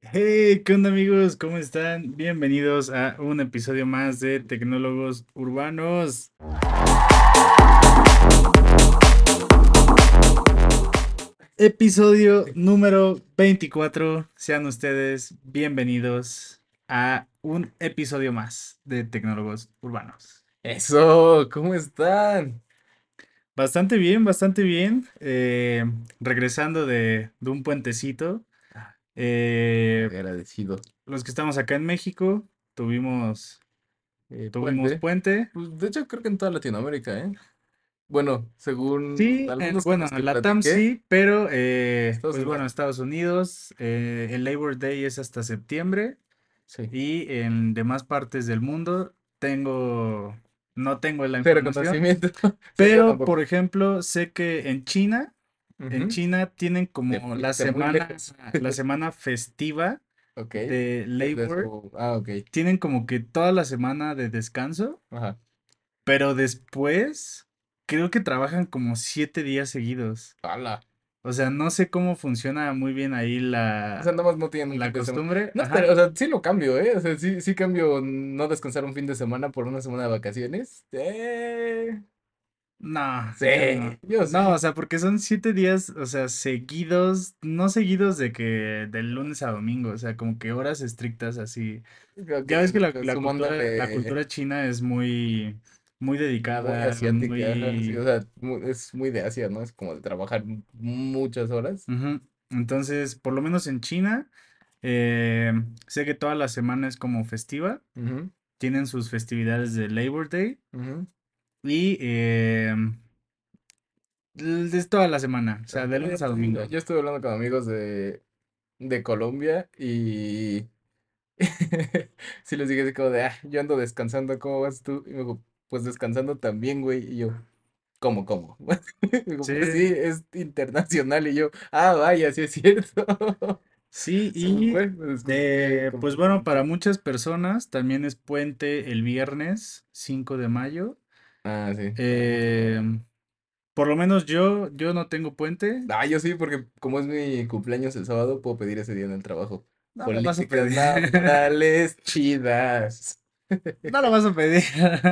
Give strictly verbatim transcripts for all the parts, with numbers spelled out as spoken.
Hey, ¿qué onda amigos? ¿Cómo están? Bienvenidos a un episodio más de Tecnólogos Urbanos. Episodio número veinticuatro. Sean ustedes bienvenidos a un episodio más de Tecnólogos Urbanos. Eso, ¿cómo están? Bastante bien, bastante bien. Eh, regresando de, de un puentecito. Ah, Eh, agradecido. los que estamos acá en México tuvimos, Eh, tuvimos puente. puente. Pues de hecho creo que en toda Latinoamérica, ¿eh? Bueno, según Sí, eh, algunos con bueno, los que la T A M platiqué, sí, pero eh, Estados pues Unidos. bueno, Estados Unidos, eh, el Labor Day es hasta septiembre Sí. y en demás partes del mundo tengo, no tengo la Cero información, conocimiento. Sí, yo pero tampoco. por ejemplo, sé que en China, en Ujú. China tienen Te como la fuiste muy semana, lejos. la semana festiva Ok. de De, de Labor, su... Ah, ok. tienen como que toda la semana de descanso, Ajá. pero después creo que trabajan como siete días seguidos. Hala. O sea, no sé cómo funciona muy bien ahí O sea, la, nada más no tienen un fin la de semana. costumbre. No estaría, Ajá. o sea, sí lo cambio, ¿eh? O sea, sí, sí cambio no descansar un fin de semana por una semana de vacaciones. Eh, No, yo sí, no. yo No, o sí. sea, porque son siete días, o sea, seguidos, no seguidos de que del lunes a domingo, o sea, como que horas estrictas así. Ok, Ya ves que la, la cultura, la sumándole cultura china es muy, muy muy dedicada, asiática, ajá, sí, o muy... sea, mu- es muy de Asia, ¿no? Es como de trabajar m- muchas horas. Ujú. Entonces, por lo menos en China, eh, sé que toda la semana es como festiva, Ujú, tienen sus festividades de Labor Day. ujú. Y eh, l- es toda la semana, o sea, Ok, de lunes a ok. Yo, domingo. yo estuve hablando con amigos de, de Colombia y sí les dije así como de, ah, yo ando descansando, ¿cómo vas tú? Y me dijo, pues descansando también, güey. Y yo, ¿cómo, cómo? Digo, Sí, pues sí, es internacional. Y yo, ah, vaya, sí es cierto. sí, Se me y fue, me desconecté eh, pues bueno, para completamente. muchas personas también es puente el viernes cinco de mayo. Ah, sí. Eh, por lo menos yo, yo no tengo puente. Ah, yo sí, porque como es mi cumpleaños el sábado, puedo pedir ese día en el trabajo. No lo vas a Políticas pedir. laborales chidas. No lo vas a pedir.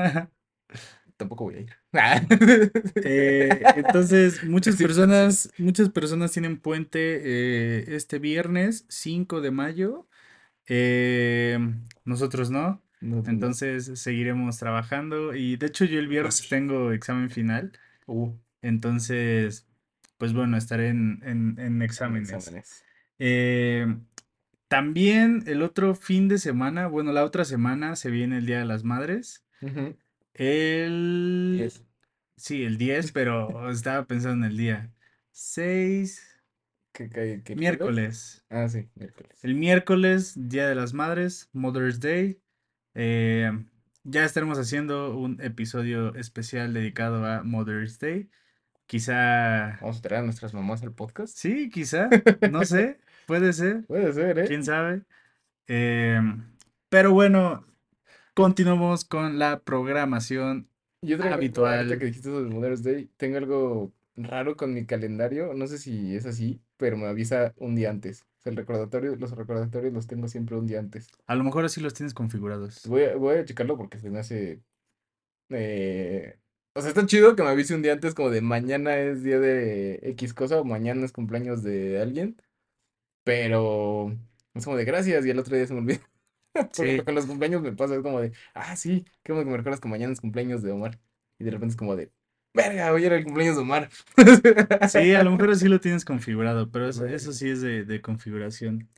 Tampoco voy a ir. Ah. Eh, entonces, muchas Sí, pues sí. personas, muchas personas tienen puente eh, este viernes cinco de mayo. Eh, nosotros no. No, pues no. Entonces seguiremos trabajando. Y de hecho yo el viernes tengo examen final. Uh, Entonces, pues bueno, estaré en, en- en en exámenes. exámenes. Eh, también el otro fin de semana, bueno, la otra semana se viene el Día de las Madres. Ujú. El... diez. Sí, el diez, pero estaba pensando en el día. Seis ¿Qué cae? ¿Qué jueves? miércoles. Ah, sí, miércoles. El miércoles, Día de las Madres, Mother's Day. Eh, ya estaremos haciendo un episodio especial dedicado a Mother's Day. Quizá, Vamos a traer a nuestras mamás al podcast. sí, quizá, no sé, puede ser, Puede ser, ¿eh? quién sabe. Eh, pero bueno, continuamos con la programación Yo traigo algo, ahorita que habitual. dijiste eso de Mother's Day, tengo algo raro con mi calendario, no sé si es así, pero me avisa un día antes. O sea, el recordatorio, los recordatorios los tengo siempre un día antes. A lo mejor así los tienes configurados. Voy a, voy a checarlo porque se me hace... eh, O sea, está chido que me avise un día antes como de mañana es día de X cosa o mañana es cumpleaños de alguien, pero es como de gracias y el otro día se me olvida. Por ejemplo, Sí, con los cumpleaños me pasa, es como de, ah, sí, qué bueno que me recuerdas que mañana es cumpleaños de Omar. Y de repente es como de, verga, hoy era el cumpleaños de Omar. sí, a lo mejor así lo tienes configurado, pero eso, eso Verga. sí es de, de configuración.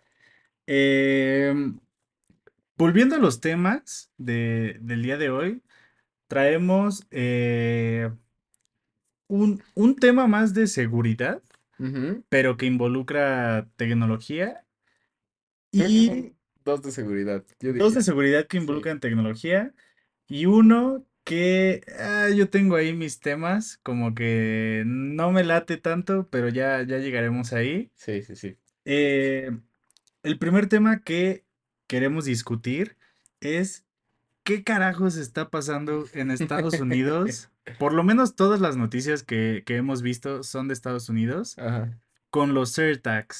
Em, volviendo a los temas de, del día de hoy. Traemos eh, un, un tema más de seguridad, Ujú. pero que involucra tecnología Creo que y son dos de seguridad, yo dos de diría. seguridad que Sí, involucran tecnología y uno que ah, yo tengo ahí mis temas, como que no me late tanto, pero ya, ya llegaremos ahí. sí, sí, sí. Eh, el primer tema que queremos discutir es ¿qué carajos está pasando en Estados Unidos? Por lo menos todas las noticias que, que hemos visto son de Estados Unidos Ajá. con los AirTags.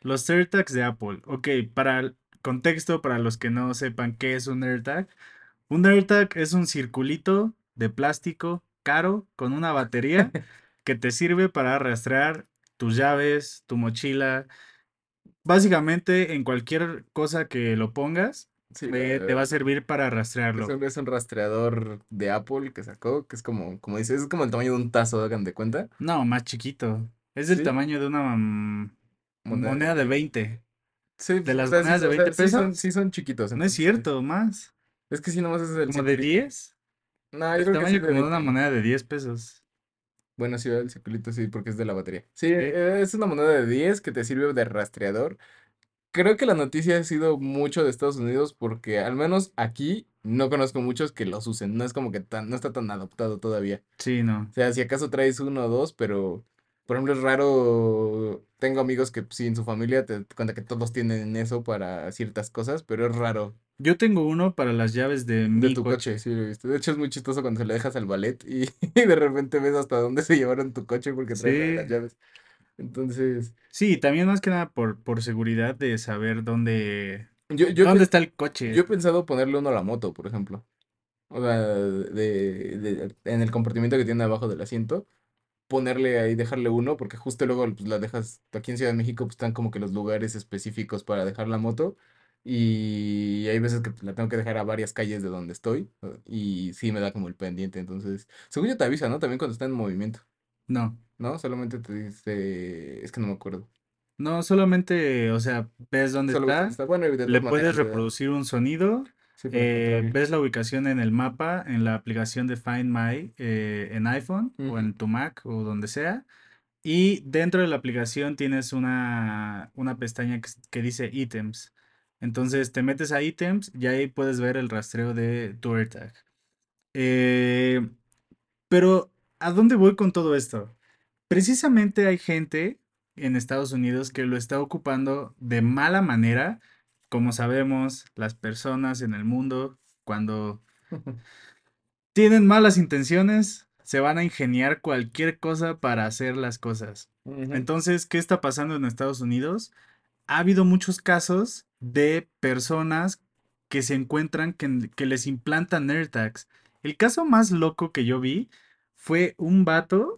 Los AirTags de Apple. Ok, para el contexto, para los que no sepan qué es un AirTag. Un AirTag es un circulito de plástico caro con una batería que te sirve para rastrear tus llaves, tu mochila. Básicamente, en cualquier cosa que lo pongas, Sí, eh, te va a la- servir para es rastrearlo. un, es un rastreador de Apple que sacó, que es como, como dices, es como el tamaño de un tazo, hagan de cuenta. No, más chiquito. Es del Sí, tamaño de una mm, moneda de moneda de veinte. veinte. Sí, ¿De pues, o las sea, sí, monedas de son- o veinte sea, sí son, pesos? sí son chiquitos, No es entonces. cierto, más. Es que sí, nomás ese es el ¿Como de circulito. diez? No, yo Del creo que sí tamaño de como de una veinte. moneda de diez pesos. Bueno, sí, el circulito sí, porque es de la batería. Sí, Sí, eh, es una moneda de diez que te sirve de rastreador. Creo que la noticia ha sido mucho de Estados Unidos porque al menos aquí no conozco muchos que los usen. No es como que tan, no está tan adoptado todavía. sí, no. O sea, si acaso traes uno o dos, pero por ejemplo es raro. Tengo amigos que sí en su familia te cuenta que todos tienen eso para ciertas cosas, pero es raro. Yo tengo uno para las llaves de De mi tu coche, coche. sí lo he visto. De hecho es muy chistoso cuando se lo dejas al ballet y, y de repente ves hasta dónde se llevaron tu coche porque traes la de las Sí, llaves. Entonces, sí, también más que nada por, por seguridad de saber dónde, yo, yo, he dónde pen- está el yo coche. he pensado ponerle uno a la moto, por ejemplo. O sea, de, de- en el compartimiento que tiene abajo del asiento, ponerle ahí, dejarle uno, porque justo luego pues, la dejas, aquí en Ciudad de México pues, están como que los lugares específicos para dejar la moto. Y hay veces que pues, la tengo que dejar a varias calles de donde estoy. eh, Y sí me da como el pendiente. Entonces, según yo te avisa, ¿no? También cuando está en movimiento, No, ¿no? Solamente te dice, es que no me acuerdo. no, solamente, o sea, ves dónde Solo ves dónde está, está. Bueno, y de le todas puedes maneras, ¿verdad? reproducir un sonido, Sí, para eh, encontrarlo. ves la ubicación en el mapa, en la aplicación de Find My, eh, en iPhone o Ujú, en tu Mac o donde sea. Y dentro de la aplicación tienes una, una pestaña que, s- que dice ítems. Entonces te metes a ítems y ahí puedes ver el rastreo de tu AirTag. Eh, pero, ¿a dónde voy con todo esto? Precisamente hay gente en Estados Unidos que lo está ocupando de mala manera. Como sabemos, las personas en el mundo, cuando tienen malas intenciones, se van a ingeniar cualquier cosa para hacer las cosas. ujú. Entonces, ¿qué está pasando en Estados Unidos? Ha habido muchos casos de personas que se encuentran que, que les implantan AirTags. El caso más loco que yo vi fue un vato,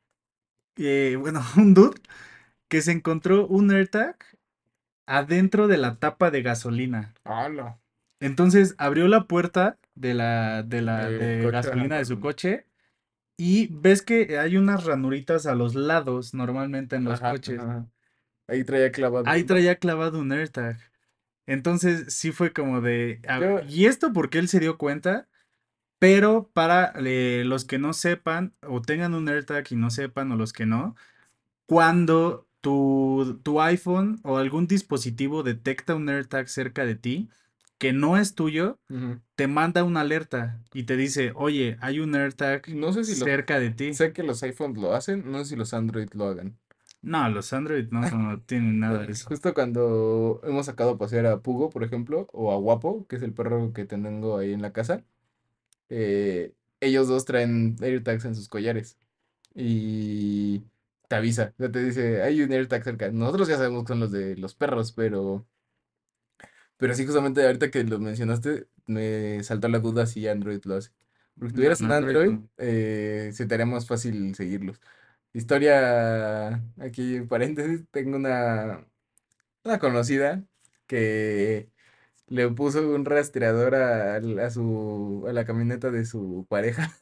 eh, bueno, un dude, que se encontró un AirTag adentro de la tapa de gasolina. ¡Hala! Entonces abrió la puerta de la, de la Del de coche, ajá, gasolina de para su con- coche y ves que hay unas ranuritas a los lados normalmente en los Ajá, coches. ajá. Ahí traía clavado Ahí uno. traía clavado un AirTag. Entonces sí fue como de... ah, Yo, ¿y esto porque él se dio cuenta? Pero para eh, los que no sepan o tengan un AirTag y no sepan o los que no, cuando tu, tu iPhone o algún dispositivo detecta un AirTag cerca de ti que no es tuyo, ujú. te manda una alerta y te dice, oye, hay un AirTag No sé si los, cerca de ti. sé que los iPhones lo hacen, no sé si los Android lo hagan. No, los Android no, no tienen nada de Eh, eso. justo cuando hemos sacado a pasear a Pugo, por ejemplo, o a Guapo, que es el perro que tengo ahí en la casa, eh, ellos dos traen AirTags en sus collares y te avisa, o sea, te dice, hay un AirTag cerca. Nosotros ya sabemos que son los de los perros, pero, pero sí, justamente ahorita que lo mencionaste, me saltó la duda si Android lo hace. Porque si No, tuvieras en un Android Android, no. eh, se te haría más fácil seguirlos. Historia, aquí en paréntesis, tengo una, una conocida que le puso un rastreador a, a su, a la camioneta de su pareja.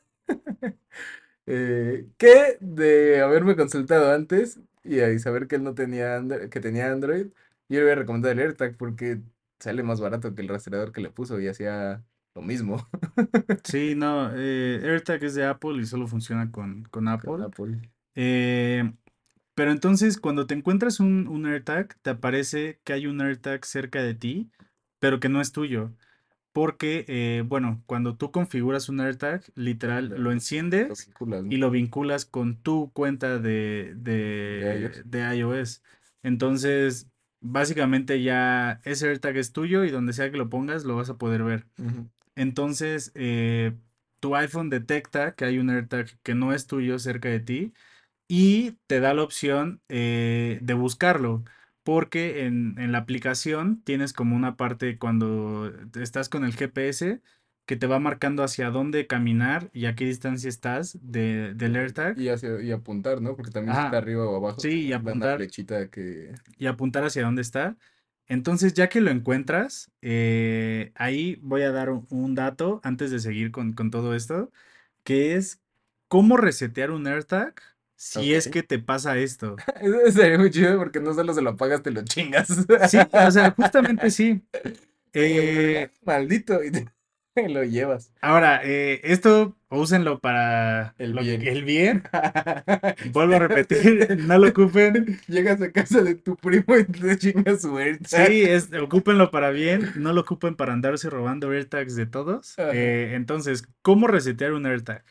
Eh, que de haberme consultado antes y a saber que él no tenía Andro- que tenía Android, yo le voy a recomendar el AirTag porque sale más barato que el rastreador que le puso y hacía lo mismo Sí, no, eh, AirTag es de Apple y solo funciona con, con con Apple. Apple. Eh, pero entonces, cuando te encuentras un, un AirTag, te aparece que hay un AirTag cerca de ti, pero que no es tuyo. Porque, eh, bueno, cuando tú configuras un AirTag, literal, Le- lo lo enciendes vinculas, y ¿no? lo vinculas con tu cuenta de, De de, iOS. de iOS. Entonces, básicamente ya ese AirTag es tuyo y donde sea que lo pongas, lo vas a poder ver. Ujú, Entonces, eh, tu iPhone detecta que hay un AirTag que no es tuyo cerca de ti y te da la opción eh, de buscarlo. porque en, en la aplicación tienes como una parte cuando estás con el G P S que te va marcando hacia dónde caminar y a qué distancia estás de, del Ok. AirTag. Y, hacia, y apuntar, ¿no? Porque también si está Ajá, arriba o abajo, sí, y da una apuntar, flechita que... y apuntar hacia dónde está. Entonces, ya que lo encuentras, eh, ahí voy a dar un, un dato antes de seguir con, con todo esto, que es cómo resetear un AirTag si es Ok. que te pasa esto. Eso sería muy chido porque no solo se lo apagas, te lo chingas. Sí, o sea, justamente sí. Como de, "Ah, Eh, maldito", y te lo llevas. ahora, eh, esto úsenlo para El lo que, bien. el bien. Vuelvo a repetir, no lo ocupen. Llegas a casa de tu primo y te chingas su AirTag. Sí, es, ocúpenlo para bien, no lo ocupen para andarse robando AirTags de todos. Ajá. Eh, entonces, ¿cómo resetear un AirTag?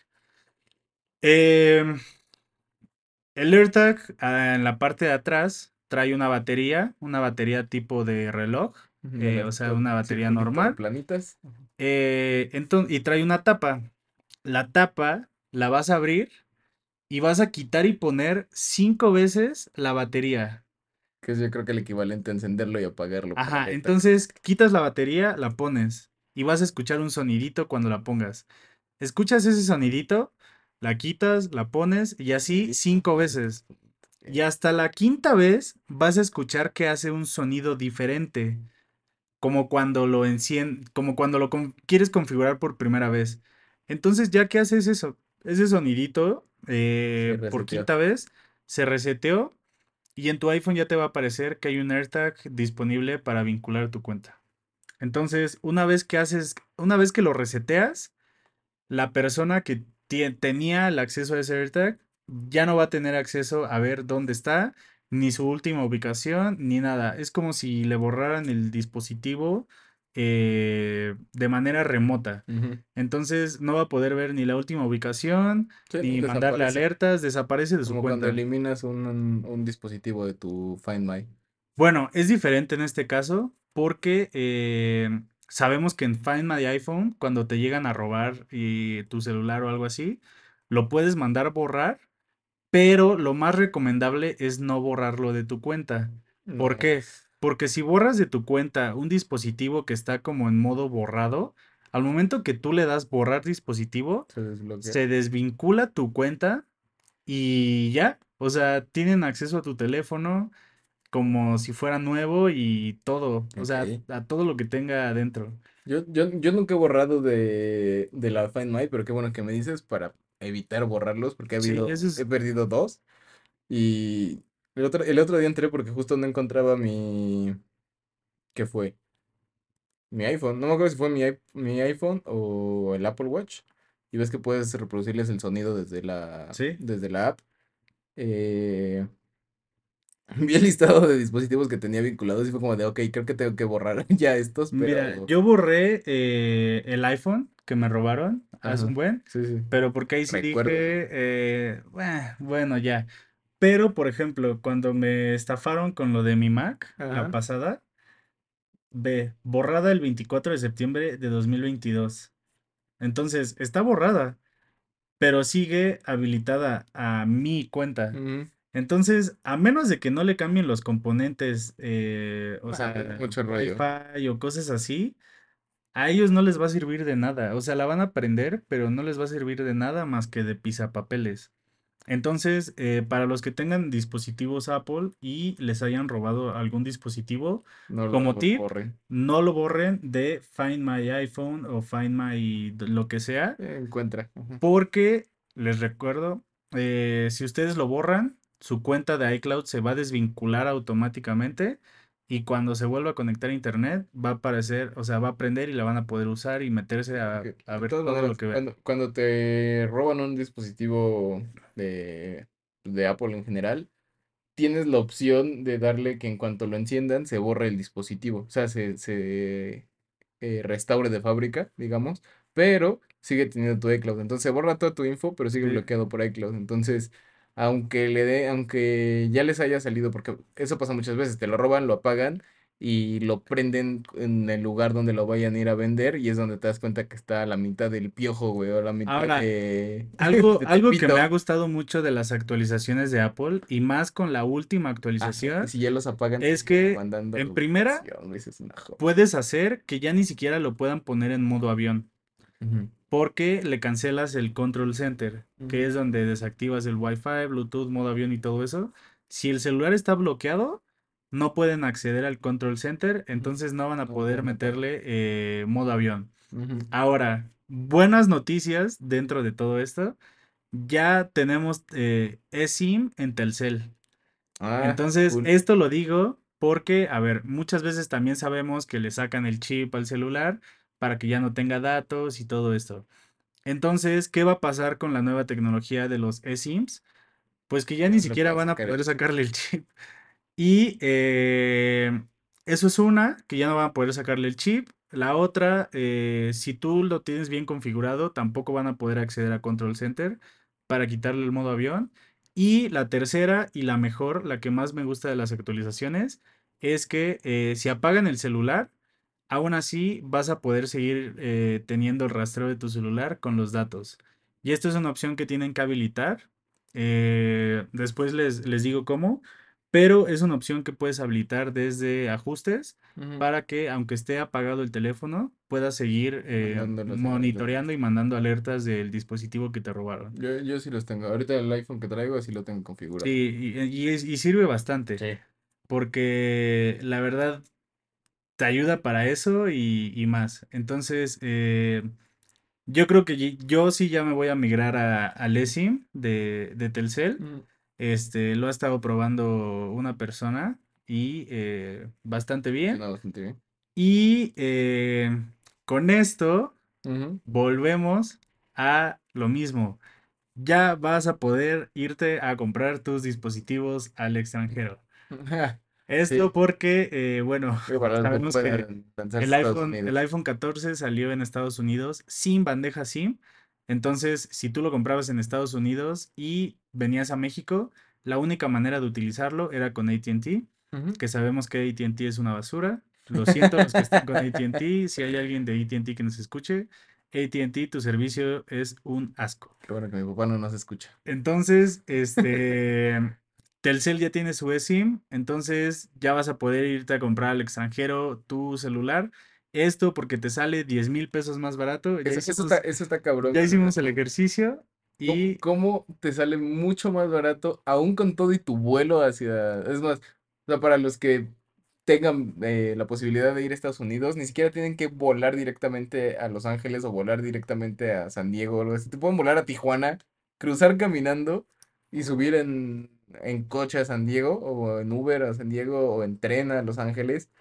Em, el AirTag ah, en la parte de atrás trae una batería, una batería tipo de reloj, De eh, las o sea, to- una batería circulito normal. planitas. Eh, enton- y trae una tapa. La tapa la vas a abrir y vas a quitar y poner cinco veces la batería. Que es yo creo que el equivalente a encenderlo y apagarlo para el Ajá, AirTag. entonces quitas la batería, la pones y vas a escuchar un sonidito cuando la pongas. Escuchas ese sonidito, la quitas, la pones y así Sonidito. cinco veces. Y hasta la quinta vez vas a escuchar que hace un sonido diferente, como cuando lo encien, como cuando lo con- quieres configurar por primera vez. Entonces, ya que haces eso, ese sonidito Se eh, por reseteó. quinta vez, se reseteó y en tu iPhone ya te va a aparecer que hay un AirTag disponible para vincular tu cuenta. Entonces, una vez que haces, una vez que lo reseteas, la persona que tie- tenía el acceso a ese AirTag ya no va a tener acceso a ver dónde está, ni su última ubicación, ni nada. Es como si le borraran el dispositivo eh, de manera remota. Ujú. Entonces no va a poder ver ni la última ubicación, Sí, ¿no? ni mandarle Desaparece. alertas, desaparece de su Como cuando cuenta. eliminas un, un- un dispositivo de tu Find My. Bueno, es diferente en este caso porque eh, sabemos que en Find My iPhone, cuando te llegan a robar y tu celular o algo así, lo puedes mandar borrar, pero lo más recomendable es no borrarlo de tu cuenta. ¿Por No, qué? Porque si borras de tu cuenta un dispositivo que está como en modo borrado, al momento que tú le das borrar dispositivo, se desbloquea. se desvincula tu cuenta y ya, o sea, tienen acceso a tu teléfono como si fuera nuevo y todo, o sea, Ok. a todo lo que tenga adentro. Yo, yo, yo nunca he borrado de, de la Find My, pero qué bueno que me dices para evitar borrarlos, porque ha Sí, habido, eso he es, perdido dos. Y el otro, el otro día entré porque justo no encontraba mi, ¿qué fue? Mi iPhone. No me acuerdo si fue mi, i- mi iPhone o el Apple Watch. Y ves que puedes reproducirles el sonido desde la, sí. desde la app. Eh, Vi el listado de dispositivos que tenía vinculados y fue como de, ok, creo que tengo que borrar ya estos, Mira, pero... yo borré eh, el iPhone que me robaron hace un Ajá, buen, sí, sí. pero porque ahí sí dije, Recuerdo. eh, "Bueh, bueno, ya". Pero, por ejemplo, cuando me estafaron con lo de mi Mac, la Ajá. pasada, ve, borrada el veinticuatro de septiembre de dos mil veintidós. Entonces, está borrada, pero sigue habilitada a mi cuenta. Ujú. Entonces, a menos de que no le cambien los componentes, eh, o Ah, es sea, mucho rollo. Wi-Fi o cosas así, a ellos no les va a servir de nada. O sea, la van a aprender, pero no les va a servir de nada más que de pisapapeles. Entonces, eh, para los que tengan dispositivos Apple y les hayan robado algún dispositivo, No lo, como lo tip, borren. no lo borren de Find My iPhone o Find My d- lo que sea, Eh, encuentra. Ajá. porque les recuerdo, eh, si ustedes lo borran, su cuenta de iCloud se va a desvincular automáticamente y cuando se vuelva a conectar a internet va a aparecer, o sea, va a aprender y la van a poder usar y meterse a, Que, a de ver todas todo lo maneras, que vean. cuando, cuando te roban un dispositivo de, de Apple en general, tienes la opción de darle que en cuanto lo enciendan se borre el dispositivo. O sea, se, se eh, restaure de fábrica, digamos, pero sigue teniendo tu iCloud. Entonces se borra toda tu info, pero sigue Sí, bloqueado por iCloud. Entonces, aunque le dé, aunque ya les haya salido, porque eso pasa muchas veces, te lo roban, lo apagan y lo prenden en el lugar donde lo vayan a ir a vender y es donde te das cuenta que está a la mitad del piojo, güey, o a la mitad Ahora, de, algo, de algo que me ha Tepito. gustado mucho de las actualizaciones de Apple y más con la última Ajá, y actualización si ya los apagan, te es siguen que mandando en primera notificación, güey, eso es una joya. puedes hacer que ya ni siquiera lo puedan poner en modo avión, Ujú, porque le cancelas el control center, que ujú, es donde desactivas el Wi-Fi, Bluetooth, modo avión y todo eso. Si el celular está bloqueado, no pueden acceder al control center, ujú. entonces no van a No lo poder pueden apagar. meterle eh, modo avión. Ujú. Ahora, buenas noticias dentro de todo esto. Ya tenemos eh, eSIM en Telcel. Ah, Entonces, cool. esto lo digo porque, a ver, muchas veces también sabemos que le sacan el chip al celular para que ya no tenga datos y todo esto. Entonces, ¿qué va a pasar con la nueva tecnología de los eSIMs? Pues que ya Que ni no le siquiera pueden van a sacar el poder chip. sacarle el chip. Y eh, eso es una, que ya no van a poder sacarle el chip. La otra, eh, si tú lo tienes bien configurado, tampoco van a poder acceder a Control Center para quitarle el modo avión. Y la tercera y la mejor, la que más me gusta de las actualizaciones, es que eh, si apagan el celular, aún así vas a poder seguir eh, teniendo el rastreo de tu celular con los datos. Y esto es una opción que tienen que habilitar. Eh, después les, les digo cómo, pero es una opción que puedes habilitar desde ajustes Ujú. para que, aunque esté apagado el teléfono, puedas seguir eh, Mandando las señales de monitoreando alerta. y mandando alertas del dispositivo que te robaron. Yo, yo sí los tengo. Ahorita el iPhone que traigo así lo tengo Sí, configurado. y, y es- y sirve bastante, Sí. porque la verdad te ayuda para eso y, y más. Entonces, eh, yo creo que ye- yo sí ya me voy a migrar a, al eSIM de, de Telcel. Mm, Este, lo ha estado probando una persona y eh, bastante bien. funciona bastante bien. Y eh, con esto Ujú. volvemos a lo mismo. Ya vas a poder irte a comprar tus dispositivos al extranjero. Esto Sí. porque, eh, bueno, Digo, para los que sabemos que puedan lanzarse el a Estados iPhone, el Unidos. iPhone catorce salió en Estados Unidos sin bandeja SIM. Entonces, si tú lo comprabas en Estados Unidos y venías a México, la única manera de utilizarlo era con A T and T, Ujú. que sabemos que A T and T es una basura. Lo siento los que estén con A T and T. Si hay alguien de A T and T que nos escuche, A T and T, tu servicio es un asco. Qué bueno que mi papá no nos escucha. Entonces, este, Telcel ya tiene su eSIM, entonces ya vas a poder irte a comprar al extranjero tu celular. Esto porque te sale diez mil pesos más barato. Ya Eso, eso está, hicimos, eso está cabrón, ya güey. hicimos el ejercicio ¿Cómo, y cómo te sale mucho más barato, aún con todo y tu vuelo hacia... Es más, o sea, para los que tengan eh, la posibilidad de ir a Estados Unidos, ni siquiera tienen que volar directamente a Los Ángeles o volar directamente a San Diego o algo así. Te pueden volar a Tijuana, cruzar caminando y subir en, en coche a San Diego o en Uber a San Diego o en tren a Los Ángeles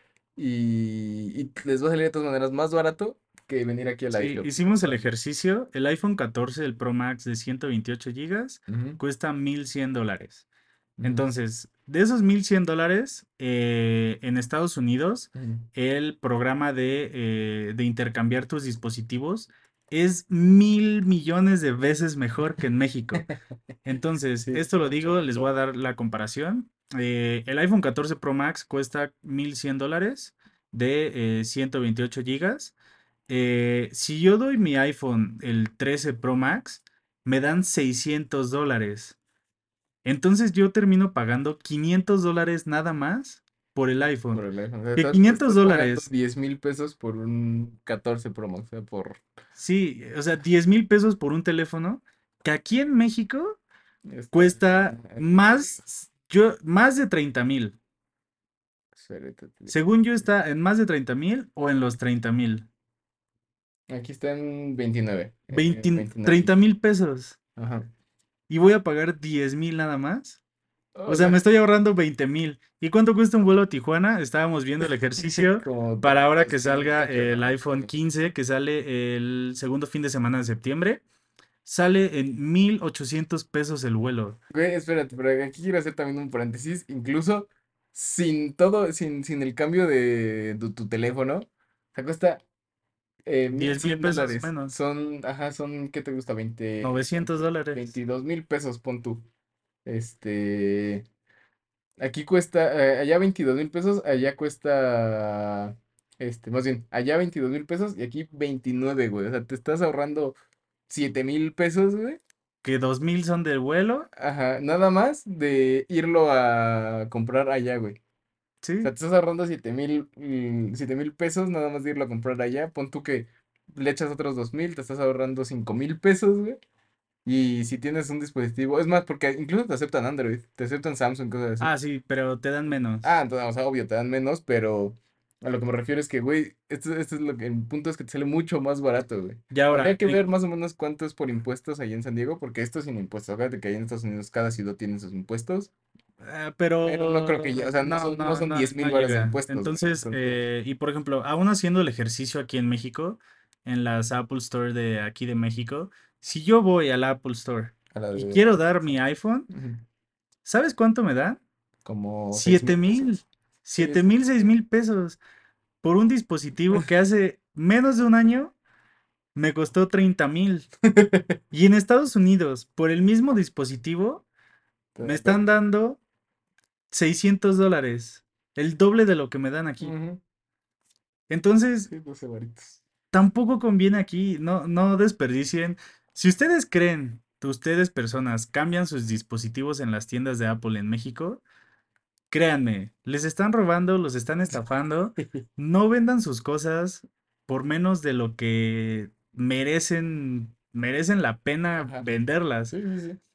y, y les va a salir de todas maneras más barato que venir aquí a la sí, isla. hicimos el ejercicio. El iPhone catorce, el Pro Max de ciento veintiocho gigas, Ujú, cuesta mil cien dólares. ujú, Entonces, de esos mil cien dólares, eh, en Estados Unidos, ujú. el programa de, eh, de intercambiar tus dispositivos es mil millones de veces mejor que en México. Entonces, Sí, esto lo mucho digo, les voy a mejor. dar la comparación. Eh, el iPhone catorce Pro Max cuesta mil cien dólares de eh, ciento veintiocho gigas. Eh, si yo doy mi iPhone, el trece Pro Max, me dan seiscientos dólares. Entonces yo termino pagando quinientos dólares nada más por el Por iPhone. el iPhone. O sea, Que estás, quinientos estás pagando dólares, diez mil pesos por un catorce Pro Max. O sea, por... sí, o sea, diez mil pesos por un teléfono que aquí en México Está... cuesta más, yo, más de treinta mil. Espérate, te digo. Según yo está en más de treinta mil o en los treinta mil. Aquí está en veintinueve. En veinte veintinueve treinta mil. mil pesos. Ajá. Y voy a pagar diez mil nada más. O O sea, me sea, estoy ahorrando veinte mil. ¿Y cuánto cuesta un vuelo a Tijuana? Estábamos viendo el ejercicio como para ahora que dos mil y salga cacho, el ¿no? iPhone quince, que sale el segundo fin de semana de septiembre. Sale en mil ochocientos pesos el vuelo. Güey, espérate, pero aquí quiero hacer también un paréntesis. Incluso sin todo, sin, sin el cambio de tu, tu teléfono, o sea, cuesta Eh, mil Diez mil cien pesos dólares. menos. Son, ajá, son, ¿qué te gusta? Veinte Novecientos veinte dólares. veintidós mil pesos, pon tú. Este, Aquí cuesta, eh, allá veintidós mil pesos, allá cuesta, este, más bien, allá veintidós mil pesos y aquí veintinueve, güey. O sea, te estás ahorrando siete mil pesos, güey. Que dos mil son del vuelo, Ajá, nada más de irlo a comprar allá, güey. O sea, ¿sí? te estás ahorrando siete mil, mm, siete mil pesos nada más de irlo a comprar allá. Pon tú que le echas otros dos mil, te estás ahorrando cinco mil pesos, güey. Y si tienes un dispositivo, es más, porque incluso te aceptan Android, te aceptan Samsung, cosas así. Ah, sí, pero te dan Ah, menos. entonces, o sea, obvio, te dan menos, pero a lo que me refiero es que, güey, esto, esto es lo que, el punto es que te sale mucho más barato, güey. Y Habría ahora, que y- ver más o menos cuánto es por impuestos ahí en San Diego, porque esto es sin impuestos. Fíjate que ahí en Estados Unidos cada ciudad tiene sus impuestos, ah, pero no creo pero que ya, o sea, no no, son, no no, son no, diez no mil varas de llega. impuestos, güey. Entonces, Entonces, eh, y por ejemplo, aún haciendo el ejercicio aquí en México, en las Apple Store de aquí de México, si yo voy al Apple Store a la y de, quiero dar mi iPhone, ujú, ¿sabes cuánto me da? como seis Siete mil mil, pesos. Sí, siete está mil, seis chido. mil pesos por un dispositivo que hace menos de un año me costó treinta mil. Y en Estados Unidos, por el mismo dispositivo, Te me dan están veinte. dando seiscientos dólares, el doble de lo que me dan aquí. Ujú, Entonces, sí, doce varitos. tampoco conviene aquí, no, no desperdicien. Si ustedes creen, ustedes personas, cambian sus dispositivos en las tiendas de Apple en México, créanme, les están robando, los están estafando. No vendan sus cosas por menos de lo que merecen, merecen la pena Ajá. venderlas. Sí, sí, sí.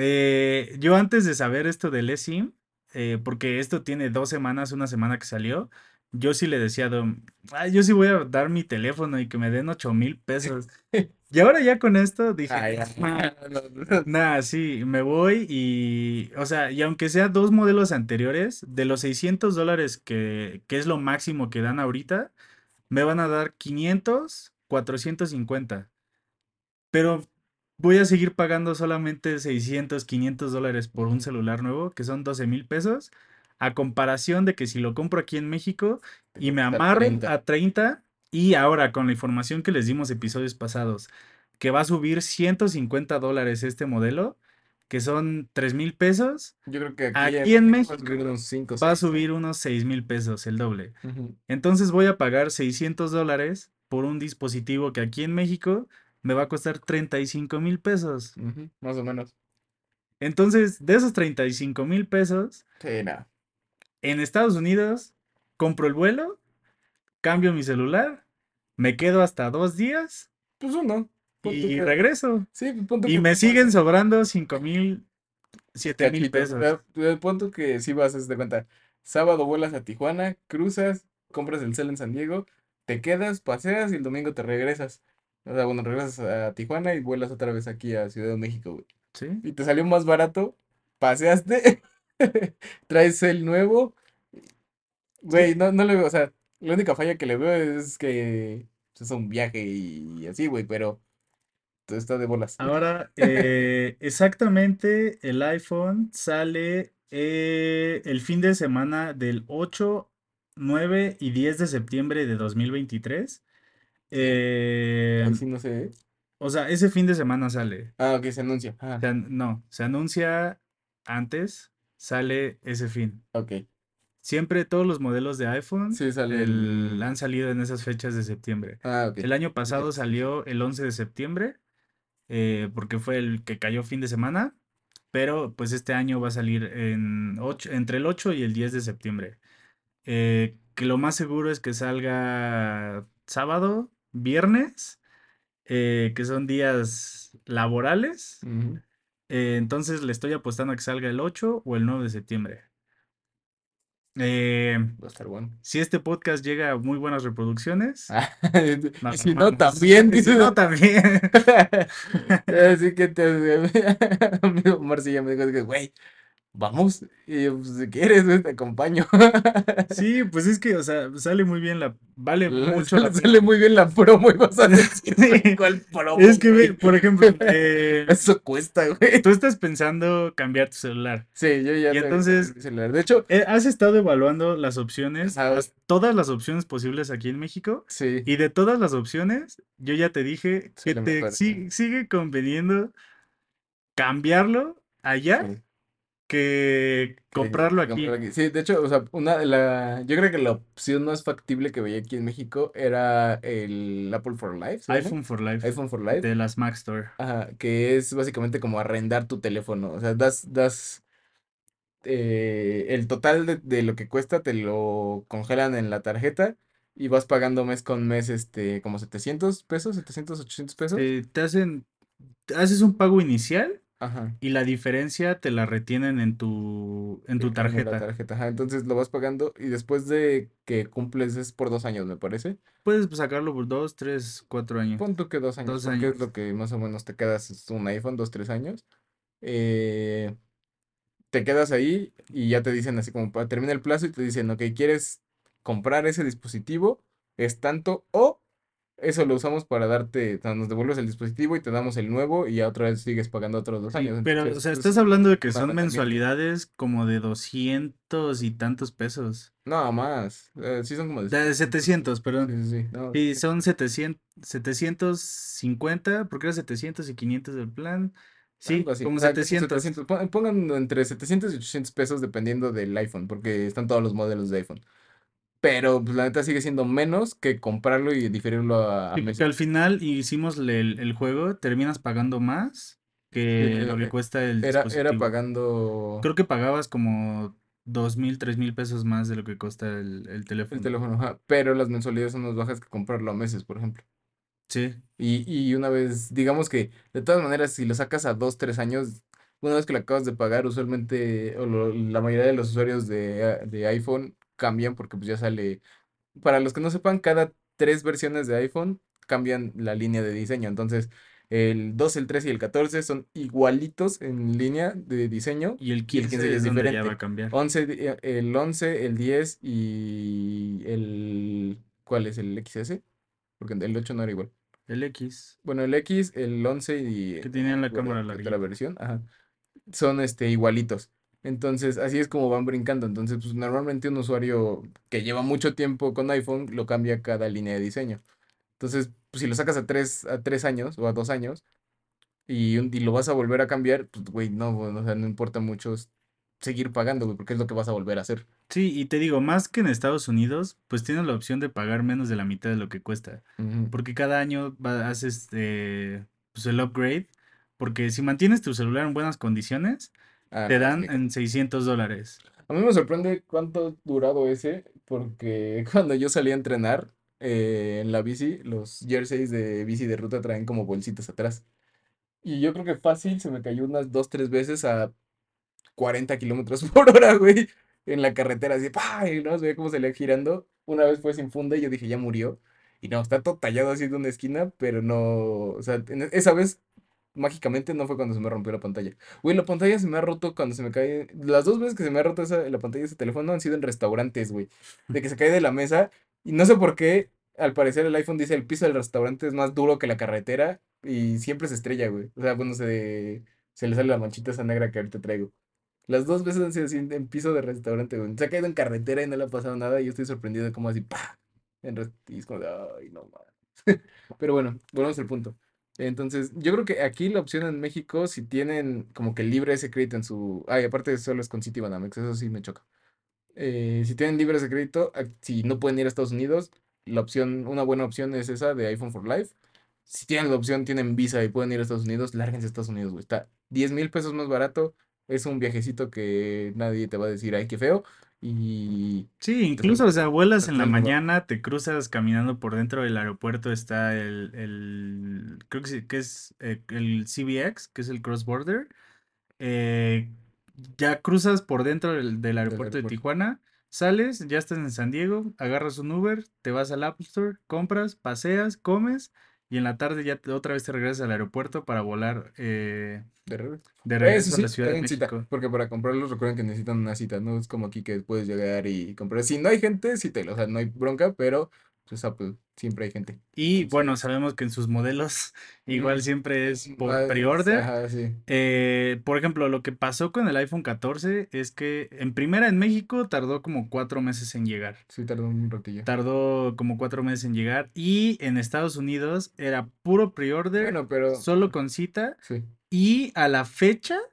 Eh, yo antes de saber esto del eSIM, eh, porque esto tiene dos semanas, una semana que salió, yo sí le decía a Dom, "Ay, yo sí voy a dar mi teléfono y que me den ocho mil pesos. Y ahora ya con esto dije, Ah, ya. No, no, nada, sí, me voy y, o sea, y aunque sea dos modelos anteriores, de los seiscientos dólares que, que es lo máximo que dan ahorita, me van a dar quinientos, cuatrocientos cincuenta. Pero voy a seguir pagando solamente seiscientos, quinientos dólares por un ujú. celular nuevo, que son doce mil pesos, a comparación de que si lo compro aquí en México Te y va a me costar amarren treinta. a treinta, y ahora con la información que les dimos episodios pasados, que va a subir ciento cincuenta dólares este modelo, que son tres mil pesos, Yo creo que aquí en aquí en México va a México subir de unos cinco o va a seis, ¿no? subir unos seis mil pesos, el doble. Ujú, Entonces voy a pagar seiscientos dólares por un dispositivo que aquí en México me va a costar treinta y cinco mil pesos. ujú, más o menos. Entonces, de esos treinta y cinco mil pesos, Sí, nada. en Estados Unidos, compro el vuelo, cambio mi celular, me quedo hasta dos días Pues uno, pon tú y que. regreso. Sí, pues pon tú Y que me ocupas siguen sobrando cinco mil, siete mil cachito. pesos. Eh, eh, Pon tú que sí vas a de cuenta. Sábado vuelas a Tijuana, cruzas, compras el cel en San Diego, te quedas, paseas y el domingo te regresas. O sea, bueno, regresas a Tijuana y vuelas otra vez aquí a Ciudad de México, güey. ¿Sí? Y te salió más barato, paseaste, traes el nuevo. Sí. Güey, no, no le veo, o sea, la única falla que le veo es que pues, es un viaje y así, güey, pero todo está de bolas. Ahora, eh, exactamente, el iPhone sale eh, el fin de semana del ocho, nueve y diez de septiembre de dos mil veintitrés. Sí, Eh, ahí sí no sé. ¿Eh? o sea, ese fin de semana sale. Ah, ok, se anuncia. Ah, Se an- no, se anuncia antes, sale ese fin. ok. Siempre todos los modelos de iPhone Sí, sale el- han el. salido en esas fechas de septiembre. Ah, ok. El año Sí, pasado sí, sí. salió el once de septiembre, eh, porque fue el que cayó fin de semana, pero pues este año va a salir en ocho- entre el ocho y el diez de septiembre. Eh, que lo más seguro es que salga sábado, viernes, eh, que son días laborales. Ujú, Eh, entonces le estoy apostando a que salga el ocho o el nueve de septiembre. Eh, va a estar bueno. si este podcast llega a muy buenas reproducciones, Ah, y nos si no, armamos. también, Si no, dices. también. Así que te. Amigo Marcilla me dijo, que, güey, vamos. Y yo, pues, si quieres, güey, te acompaño. Sí, pues es que, o sea, sale muy bien la, vale Le mucho la Sale, pena. sale muy bien la promo y vas a decir, güey, Sí, ¿cuál promo, es que, ve, güey? por ejemplo, eh, Eso cuesta, güey. tú estás pensando cambiar tu celular Sí, yo ya y tengo que cambiar entonces mi celular. De hecho, eh, has estado evaluando las opciones, ajá, haz todas las opciones posibles aquí en México, sí, y de todas las opciones, yo ya te dije que sale te mejor. si- sigue conveniendo cambiarlo allá Sí. que que, comprarlo que comprar aquí. aquí. Sí, de hecho, o sea, una de la, yo creo que la opción más factible que veía aquí en México era el Apple for Life, ¿se llama? iPhone for Life iPhone for Life. de las Mac Store. Ajá, que es básicamente como arrendar tu teléfono. O sea, das, das eh, el total de, de lo que cuesta, te lo congelan en la tarjeta y vas pagando mes con mes, este, como setecientos pesos, setecientos ochocientos pesos. Eh, te hacen, te haces un pago inicial Ajá, y la diferencia te la retienen en tu, en tu en, en la tarjeta. tarjeta. Ajá, entonces lo vas pagando y después de que cumples es por dos años, me parece. Puedes pues, sacarlo por dos, tres, cuatro años. Pon tú que dos años, Dos porque es años. lo que más o menos te quedas, es un iPhone, dos, tres años. Eh, te quedas ahí y ya te dicen así como para terminar el plazo y te dicen, ok, ¿quieres comprar ese dispositivo? Es tanto o eso lo usamos para darte, o sea, nos devuelves el dispositivo y te damos el nuevo y ya otra vez sigues pagando otros dos Sí, años. pero, o Entonces sea, estás es hablando de que un son arrendamiento. mensualidades como de doscientos y tantos pesos. No, más. Eh, sí son como de De setecientos. setecientos, Sí, perdón. sí, sí. No, Sí, sí. son setecientos setecientos cincuenta porque era setecientos y quinientos del plan. Algo Sí, así. como O sea, casi setecientos. setecientos. Pon- Pongan entre setecientos y ochocientos pesos dependiendo del iPhone, porque están todos los modelos de iPhone. Pero pues la neta sigue siendo menos que comprarlo y diferirlo a, a Sí, porque meses. al final hicimos el, el juego, terminas pagando más Sí, que lo eh, que eh, cuesta el era, era dispositivo. pagando Creo que pagabas como dos mil, tres mil pesos más de lo que cuesta el, el el teléfono. teléfono, ajá, pero las mensualidades son más bajas que comprarlo a meses, por ejemplo. Sí, Y, y una vez, digamos que, de todas maneras, si lo sacas a dos, tres años, una vez que lo acabas de pagar, usualmente, o lo- la mayoría de los usuarios de, a- de iPhone cambian porque pues ya sale. Para los que no sepan, cada tres versiones de iPhone cambian la línea de diseño. Entonces, el doce, el trece y el catorce son igualitos en línea de diseño y el y el quince quince ya es es donde ya va diferente. a cambiar. once di- eh, el once, el diez y el... ¿Cuál es el X S? Porque el ocho no era igual. El X, Bueno, el X, el once y que no me tenían la acuerdo cámara qué otra larguita. versión, ajá, son este, igualitos. Entonces, así es como van brincando. Entonces, pues normalmente un usuario que lleva mucho tiempo con iPhone lo cambia cada línea de diseño. Entonces, pues si lo sacas a tres, a tres años o a dos años y, un- y lo vas a volver a cambiar, pues, güey, no, güey, o sea, no importa mucho s- seguir pagando, güey, porque es lo que vas a volver a hacer. Sí, y te digo, más que en Estados Unidos, pues tienes la opción de pagar menos de la mitad de lo que cuesta. Ujú. Porque cada año va- haces eh, pues el upgrade. Porque si mantienes tu celular en buenas condiciones, Ah, te no, es dan muy caro. en seiscientos dólares. A mí me sorprende cuánto ha durado ese, porque cuando yo salí a entrenar eh, en la bici, los jerseys de bici de ruta traen como bolsitas atrás. Y yo creo que fácil se me cayó unas dos, tres veces a cuarenta kilómetros por hora, güey, en la carretera, así, ¡pah! Y no se ve cómo se le iba girando. Una vez fue sin funda y yo dije, ya murió. Y no, está todo tallado así de una esquina, pero no, o sea, en- esa vez mágicamente no fue cuando se me rompió la pantalla. Güey, la pantalla se me ha roto cuando se me cae. Las dos veces que se me ha roto esa, la pantalla de ese teléfono han sido en restaurantes, güey. De que se cae de la mesa. Y no sé por qué, al parecer el iPhone dice el piso del restaurante es más duro que la carretera. Y siempre se estrella, güey. O sea, bueno, se, se le sale la manchita esa negra que ahorita traigo. Las dos veces han sido así en piso de restaurante, güey. Se ha caído en carretera y no le ha pasado nada. Y yo estoy sorprendido de cómo así, ¡pah! En res- y es como de, ay, no mames. Pero bueno, volvemos al punto. Entonces, yo creo que aquí la opción en México, si tienen como que libre ese crédito en su. Ay, aparte solo es con Citibanamex, eso sí me choca. Eh, si tienen libre ese crédito, ac- si no pueden ir a Estados Unidos, la opción, una buena opción es esa de iPhone for Life. Si tienen la opción, tienen visa y pueden ir a Estados Unidos, lárguense a Estados Unidos, güey. Está diez mil pesos más barato. Es un viajecito que nadie te va a decir, ay, qué feo. Y Sí, te sale, incluso, o sea, vuelas te en la sale más barato. mañana, te cruzas caminando por dentro del aeropuerto, está el, el creo que, sí, que es eh, el C B X, que es el Cross Border. eh, ya cruzas por dentro del, del Del aeropuerto de aeropuerto. Tijuana, sales, ya estás en San Diego, agarras un Uber, te vas al Apple Store, compras, paseas, comes y en la tarde ya te- otra vez te regresas al aeropuerto para volar eh, De regreso. de Eso regreso a la sí, Ciudad de en cita, México. porque para comprarlos recuerden que necesitan una cita, no es como aquí que puedes llegar y comprar. Si no hay gente, sí te, o sea, no hay bronca, pero pues Apple, siempre hay gente. Y bueno, Entonces, sabemos que en sus modelos igual mm, siempre es mm, por ah, es- pre-order. ajá, sí, Eh, por ejemplo, lo que pasó con el iPhone catorce es que en primera en México tardó como cuatro meses en llegar. sí tardó un ratillo. Tardó como cuatro meses en llegar y en Estados Unidos era puro pre-order, Bueno, pero solo con cita sí, y a la fecha,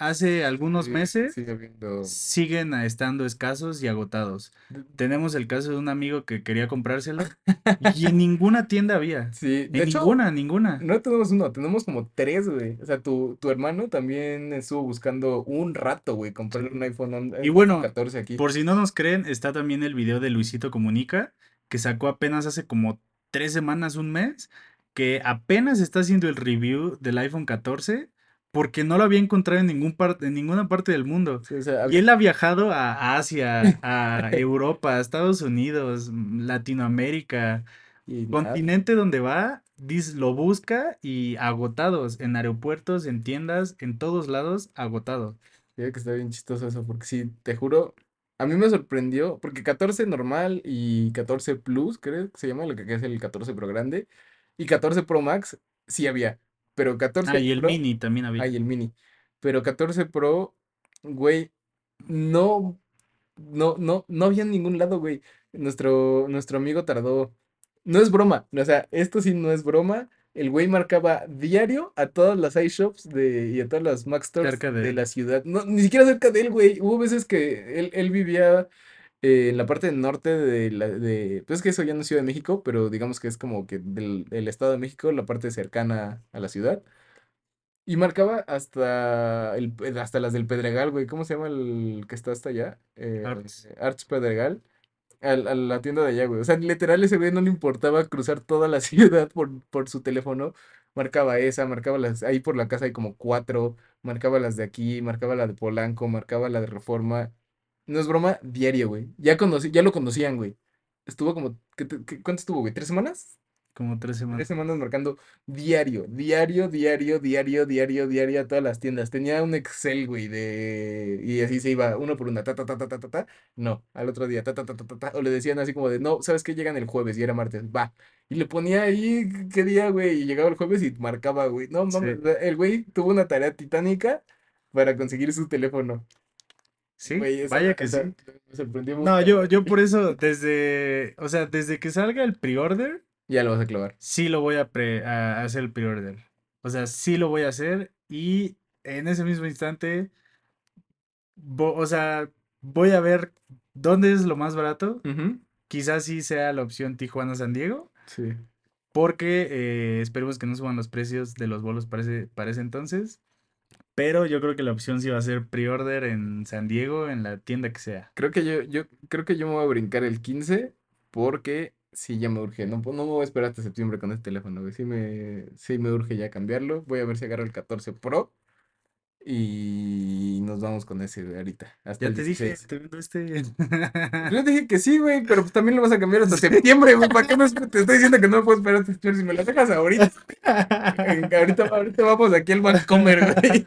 hace algunos Sigue, meses sigue habiendo. siguen a- estando escasos y agotados. Tenemos el caso de un amigo que quería comprárselo y en ninguna tienda había. Sí, de En hecho, ninguna, ninguna. no tenemos uno, tenemos como tres, güey. O sea, tu, tu hermano también estuvo buscando un rato, güey, comprarle un Sí. iPhone, on- Y un iPhone bueno, catorce aquí. por si no nos creen, está también el video de Luisito Comunica, que sacó apenas hace como tres semanas, un mes, que apenas está haciendo el review del iPhone catorce porque no lo había encontrado en ningún parte, en ninguna parte del mundo. Sí, o sea, Y había... él ha viajado a Asia, a Europa, a Estados Unidos, mm, Latinoamérica, Y nada. continente donde va, dis- lo busca y agotados, en aeropuertos, en tiendas, en todos lados, agotado. Fíjate que está bien chistoso eso, porque sí, te juro, a mí me sorprendió, porque catorce normal y catorce Plus, creo que se llama, lo que es el catorce Pro grande, y catorce Pro Max, sí había, pero Ah, catorce y el Pro, mini también había. ay, el mini, pero catorce Pro, güey, no, no, no, no había en ningún lado, güey. Nuestro, nuestro amigo tardó, no es broma, o sea, esto sí no es broma. El güey marcaba diario a todas las iShops de, y a todas las Mac Stores Cerca de de él. la ciudad. No, ni siquiera cerca de él, güey. Hubo veces que él, él vivía eh, en la parte norte de la, de, pues es que eso ya no es Ciudad de México, pero digamos que es como que del, del Estado de México, la parte cercana a la ciudad. Y marcaba hasta, el, hasta las del Pedregal, güey. ¿Cómo se llama el que está hasta allá? Eh, Arts. Arts Pedregal al- a la tienda de allá, güey. O sea, literal ese güey no le importaba cruzar toda la ciudad por, por su teléfono. Marcaba esa, marcaba las, ahí por la casa hay como cuatro, marcaba las de aquí, marcaba la de Polanco, marcaba la de Reforma. No es broma, diario, güey. Ya conocí, ya lo conocían, güey. Estuvo como, ¿qué te- qué- ¿cuánto estuvo, güey? ¿Tres semanas? Como tres Tres semanas. semanas marcando diario, diario, diario, diario, diario, diario a todas las tiendas. Tenía un Excel, güey, de... Y así se iba uno por una, ta, ta, ta, ta, ta, ta, ta. No, al otro día, ta, ta, ta, ta, ta, ta. O le decían así como de, no, ¿sabes qué? Llegan el jueves y era martes, va. Y le ponía ahí qué día, güey, y llegaba el jueves y marcaba, güey. No mames, Sí. el güey tuvo una tarea titánica para conseguir su teléfono. Sí, Güey, esa, vaya que esa sí. me sorprendió No, mucho, yo, yo güey. por eso, desde, o sea, desde que salga el pre-order, Ya lo vas a clavar. sí lo voy a, pre- a hacer el pre-order. O sea, sí lo voy a hacer y en ese mismo instante, vo- o sea, voy a ver dónde es lo más barato. Ujú. Quizás sí sea la opción Tijuana-San Diego, Sí. porque eh, esperemos que no suban los precios de los vuelos para ese, para ese entonces. Pero yo creo que la opción sí va a ser pre-order en San Diego, en la tienda que sea. Creo que yo, yo creo que yo me voy a brincar el quince porque sí ya me urge. No, pu- no me voy a esperar hasta septiembre con este teléfono, güey. Sí me, sí me urge ya cambiarlo. Voy a ver si agarro el catorce Pro y nos vamos con ese, güey, ahorita, hasta Ya el te dije, dieciséis. te vendo este. Yo dije que sí, güey, pero pues también lo vas a cambiar hasta septiembre, güey. ¿Para qué me esp- te estoy diciendo que no me puedo esperar hasta septiembre? Si me lo dejas ahorita, eh, ahorita, ahorita vamos aquí al Vancomer, güey.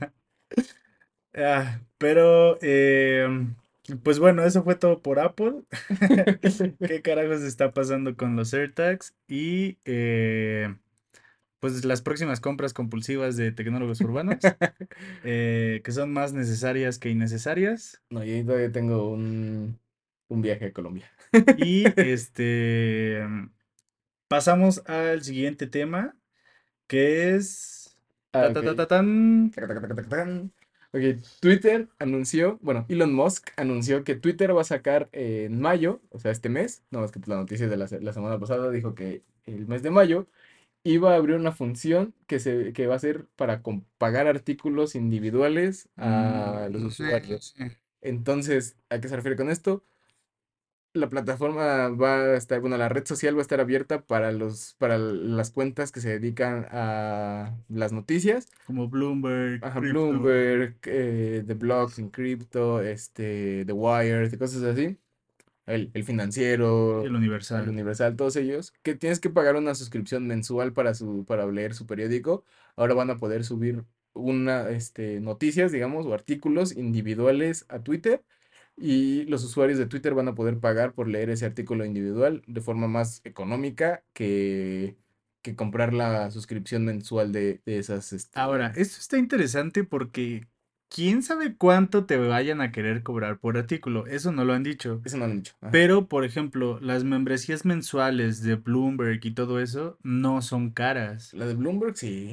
Ah, pero, em, pues bueno, eso fue todo por Apple. ¿Qué carajos está pasando con los AirTags? Y eh, pues las próximas compras compulsivas de tecnólogos urbanos, eh, que son más necesarias que innecesarias. No, yo todavía tengo un, un viaje a Colombia. Y este, pasamos al siguiente tema, que es... Ah, Ta, ta, ok. ta, ta, tan. Taca, taca, taca, taca, tan. Ok, Twitter anunció, bueno, Elon Musk anunció que Twitter va a sacar eh, en mayo, o sea, este mes, no más que la noticia de la, se- la semana pasada dijo que el mes de mayo iba a abrir una función que, se, que va a ser para com- pagar artículos individuales a los Mm, usuarios. Entonces, ¿a qué se refiere con esto? La plataforma va a estar, bueno, la red social va a estar abierta para los, para las cuentas que se dedican a las noticias. como Bloomberg, Ajá, Crypto Bloomberg, eh, The Blocks en Crypto, este, The Wire, y cosas así. El, el y financiero, el el Universal. Universal, todos ellos, que tienes que pagar una suscripción mensual para su, para leer su periódico. Ahora van a poder subir una, este, noticias, digamos, o artículos individuales a Twitter. Y los usuarios de Twitter van a poder pagar por leer ese artículo individual de forma más económica que, que comprar la suscripción mensual de, de esas, Ahora, este, esto está interesante porque quién sabe cuánto te vayan a querer cobrar por artículo. Eso no lo han dicho. eso no lo han dicho. Ajá. Pero, por ejemplo, las membresías mensuales de Bloomberg y todo eso no son caras. La de Bloomberg, sí.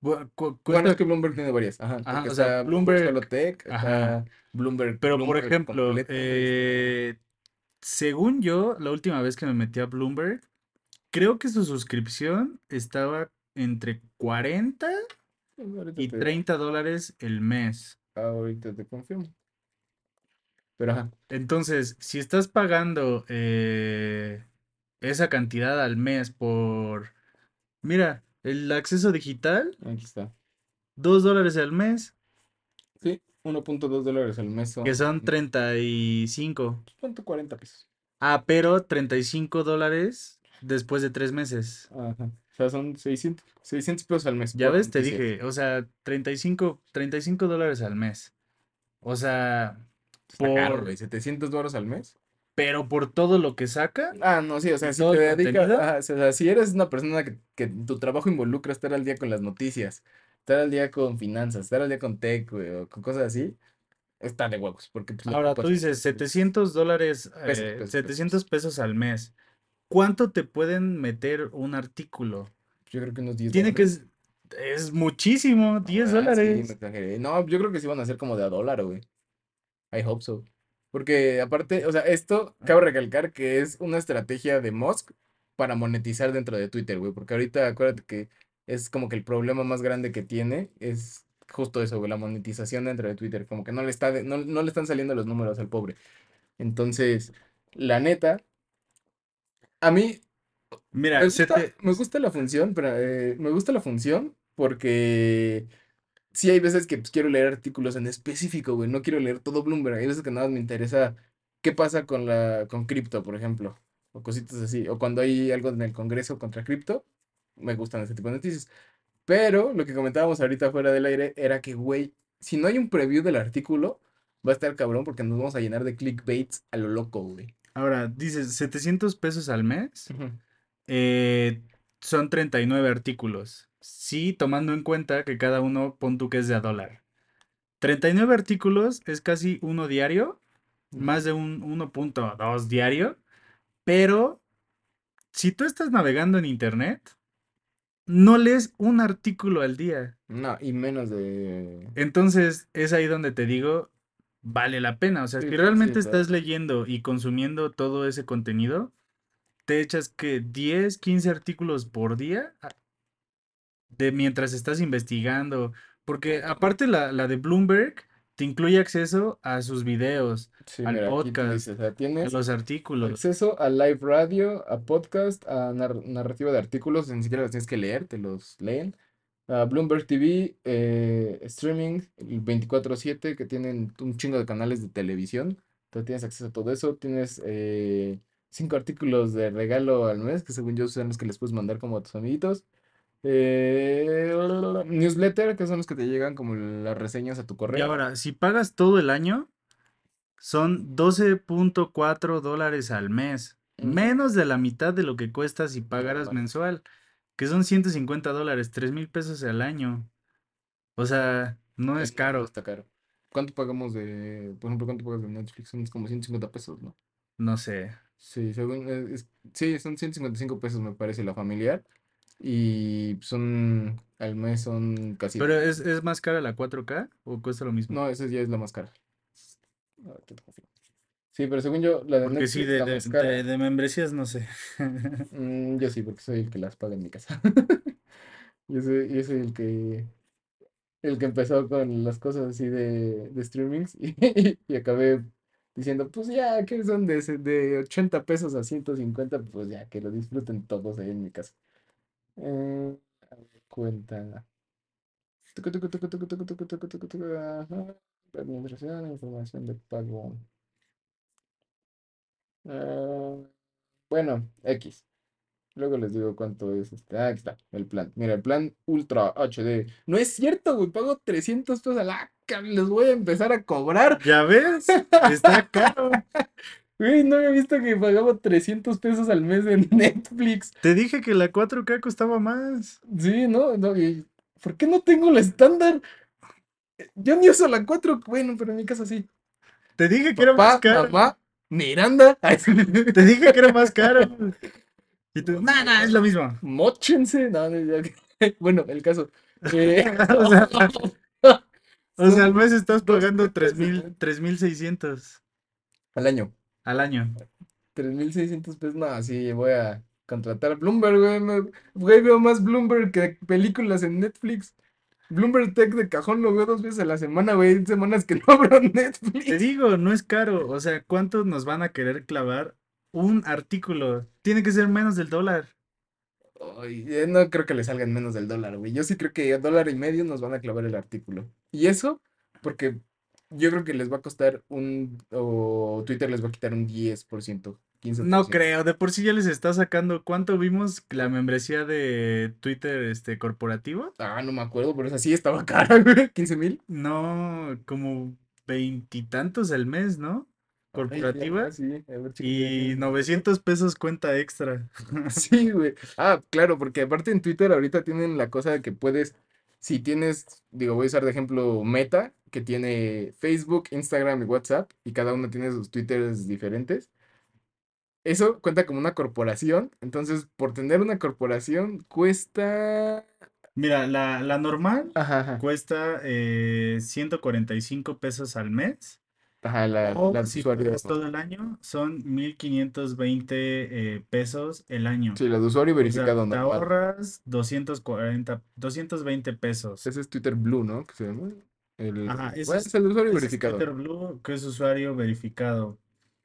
Bu- cu- Bueno, es cuesta, que Bloomberg tiene varias, ajá, ajá, porque o sea, está Bloomberg Bloomberg, solo tech, ajá. está Bloomberg, Pero por Bloomberg ejemplo, completa, está... eh, según yo, la última vez que me metí a Bloomberg, creo que su suscripción estaba entre cuarenta Ahorita y te, treinta dólares el mes. ahorita te confirmo, pero ajá, Entonces, si estás pagando eh, esa cantidad al mes por, mira, el acceso digital, aquí está. dos dólares al mes, Sí, uno punto dos dólares al mes que son, son treinta y cinco. ¿cuánto? cuarenta pesos. Ah, pero treinta y cinco dólares después de tres meses. Ajá, o sea, son seiscientos seiscientos pesos al mes Ya por ves, te noticias. dije, o sea, treinta y cinco, treinta y cinco dólares al mes. O sea, Está caro, por, güey, setecientos dólares al mes. pero por todo lo que saca Ah, no, sí, o sea, y si todo te el dedicas, contenido. ajá, o sea, si eres una persona que, que tu trabajo involucra estar al día con las noticias, estar al día con finanzas, estar al día con tech, güey, o con cosas así, está de huevos, porque pues lo Ahora tú ocupas dices mucho, pues, setecientos dólares, pesos, eh, pesos, pesos, setecientos pesos. pesos al mes. ¿Cuánto te pueden meter un artículo? Yo creo que unos diez Tiene que, dólares. es, es muchísimo, diez Ah, sí, me dólares. exageré. No, yo creo que sí van a ser como de a dólar, güey. I hope so. Porque aparte, o sea, esto cabe recalcar que es una estrategia de Musk para monetizar dentro de Twitter, güey. Porque ahorita acuérdate que es como que el problema más grande que tiene es justo eso, güey, la monetización dentro de Twitter. Como que no le está de- no, no le están saliendo los números al pobre. Entonces, la neta, a mí me Mira, se gusta, te, me gusta la función, pero eh, me gusta la función porque sí hay veces que pues, quiero leer artículos en específico, güey. No quiero leer todo Bloomberg. Hay veces que nada más me interesa qué pasa con la, con cripto, por ejemplo. O cositas así. O cuando hay algo en el Congreso contra cripto. Me gustan ese tipo de noticias. Pero lo que comentábamos ahorita fuera del aire era que, güey, si no hay un preview del artículo, va a estar cabrón porque nos vamos a llenar de clickbaits a lo loco, güey. ahora dices setecientos pesos al mes. Ujú. eh, Son treinta y nueve artículos. Sí, tomando en cuenta que cada uno pon tú que es de a dólar. Treinta y nueve artículos es casi uno diario, Ujú. más de un uno punto dos diario, pero si tú estás navegando en internet, no lees un artículo al día. No, y menos de... Entonces es ahí donde te digo, vale la pena. O sea, Sí, si sí, sí, realmente está. estás leyendo y consumiendo todo ese contenido, te echas que diez quince artículos por día a- de mientras estás investigando. Porque aparte la, la de Bloomberg te incluye acceso a sus videos, Sí, al mira, aquí te dice, podcast, o sea, a tienes los artículos. acceso a live radio, a podcast, a nar- narrativa de artículos, ni siquiera los tienes que leer, te los leen. A Bloomberg T V, eh, streaming, el veinticuatro siete, que tienen un chingo de canales de televisión. Entonces tienes acceso a todo eso. Tienes eh, cinco artículos de regalo al mes, que según yo son los que les puedes mandar como a tus amiguitos. Eh, newsletter, que son los que te llegan como las reseñas a tu Y correo. ahora, si pagas todo el año, son doce punto cuatro dólares al mes. Ujú. Menos de la mitad de lo que cuesta si pagaras Normal. mensual, que son ciento cincuenta dólares, tres mil pesos al año. O sea, no Eh, es no, no caro, está caro. ¿Cuánto pagamos de, por ejemplo, cuánto pagas de Netflix? Son como ciento cincuenta pesos, ¿no? no sé. Sí, según, eh, es- sí, son ciento cincuenta y cinco pesos, me parece, la familiar. Y son, al mes son casi Pero dos. ¿es, es más cara la cuatro K o cuesta lo mismo? No, esa ya es la más cara. A ver, te lo confirmo. Sí, pero según yo, la de Porque sí, Netflix, de, la de, más cara. de, de membresías no sé. Mm, yo sí, porque soy el que las paga en mi casa. Yo soy, yo soy el que, el que empezó con las cosas así de, de streamings y, y acabé diciendo, pues ya, que son de, ese- de ochenta pesos a ciento cincuenta, pues ya, que lo disfruten todos ahí en mi casa. Eh, a ver, cuenta. Tucu, tucu, tucu, tucu, tucu, tucu, tucu, tucu, tucu, ajá. Administración, información de pago. Ah, bueno, X. Luego les digo cuánto es este. Ah, aquí está, el plan. Mira, el plan Ultra H D. No es cierto, güey. Pago trescientos pesos a la... Les voy a empezar a cobrar. ¿Ya ves? Está caro. Güey, no había visto que pagaba trescientos pesos al mes en Netflix. Te dije que la cuatro K costaba más. Sí, ¿no? No, y- ¿por qué no tengo la estándar? Yo ni uso la cuatro. Bueno, pero en mi casa sí. Te dije que era más Papá, caro. mamá, Miranda. Te dije que era más caro. Y tú, nada, es lo mismo. Móchense. No, no, ya- Bueno, el caso. Eh, O sea, o sea, al son mes estás dos pagando tres cuentas mil, en- tres mil seiscientos al año. al año. Tres mil seiscientos pesos. No, sí, voy a contratar a Bloomberg, güey. me- Güey, veo más Bloomberg que películas en Netflix. Bloomberg Tech de cajón lo veo dos veces a la semana, güey. Hay semanas que no abro Te Netflix. digo, no es caro. O sea, ¿cuántos nos van a querer clavar un artículo? Tiene que ser menos del dólar. Ay, eh, no creo que le salgan menos del dólar, güey. Yo sí creo que a dólar y medio nos van a clavar el artículo. Y eso porque yo creo que les va a costar un, o Twitter les va a quitar un diez por ciento, quince por No ciento. creo, de por sí ya les está sacando. ¿Cuánto vimos la membresía de Twitter este corporativo? Ah, no me acuerdo, pero esa sí estaba cara, güey. Quince mil. No, como veintitantos al mes, ¿no? Ay, Corporativa ajá, sí. A ver, chécate aquí y en mi teléfono. novecientos pesos cuenta extra. Sí, güey. Ah, claro, porque aparte en Twitter ahorita tienen la cosa de que puedes, si tienes, digo, voy a usar de ejemplo Meta, que tiene Facebook, Instagram y WhatsApp, y cada uno tiene sus Twitters diferentes. Eso cuenta como una corporación, entonces por tener una corporación cuesta... Mira, la, la normal Ajá, ajá, cuesta eh, ciento cuarenta y cinco pesos al mes. ajá, la, O la de si usuario, pagas todo el año, son mil quinientos veinte eh, pesos el año. sí, la de usuario O sea, verificado te normal. ahorras doscientos cuarenta, doscientos veinte pesos. Ese es Twitter Blue, ¿no? Que se llama. Ajá, El, ese bueno, es, es el de usuario ese es verificado. Twitter Blue, que es usuario verificado.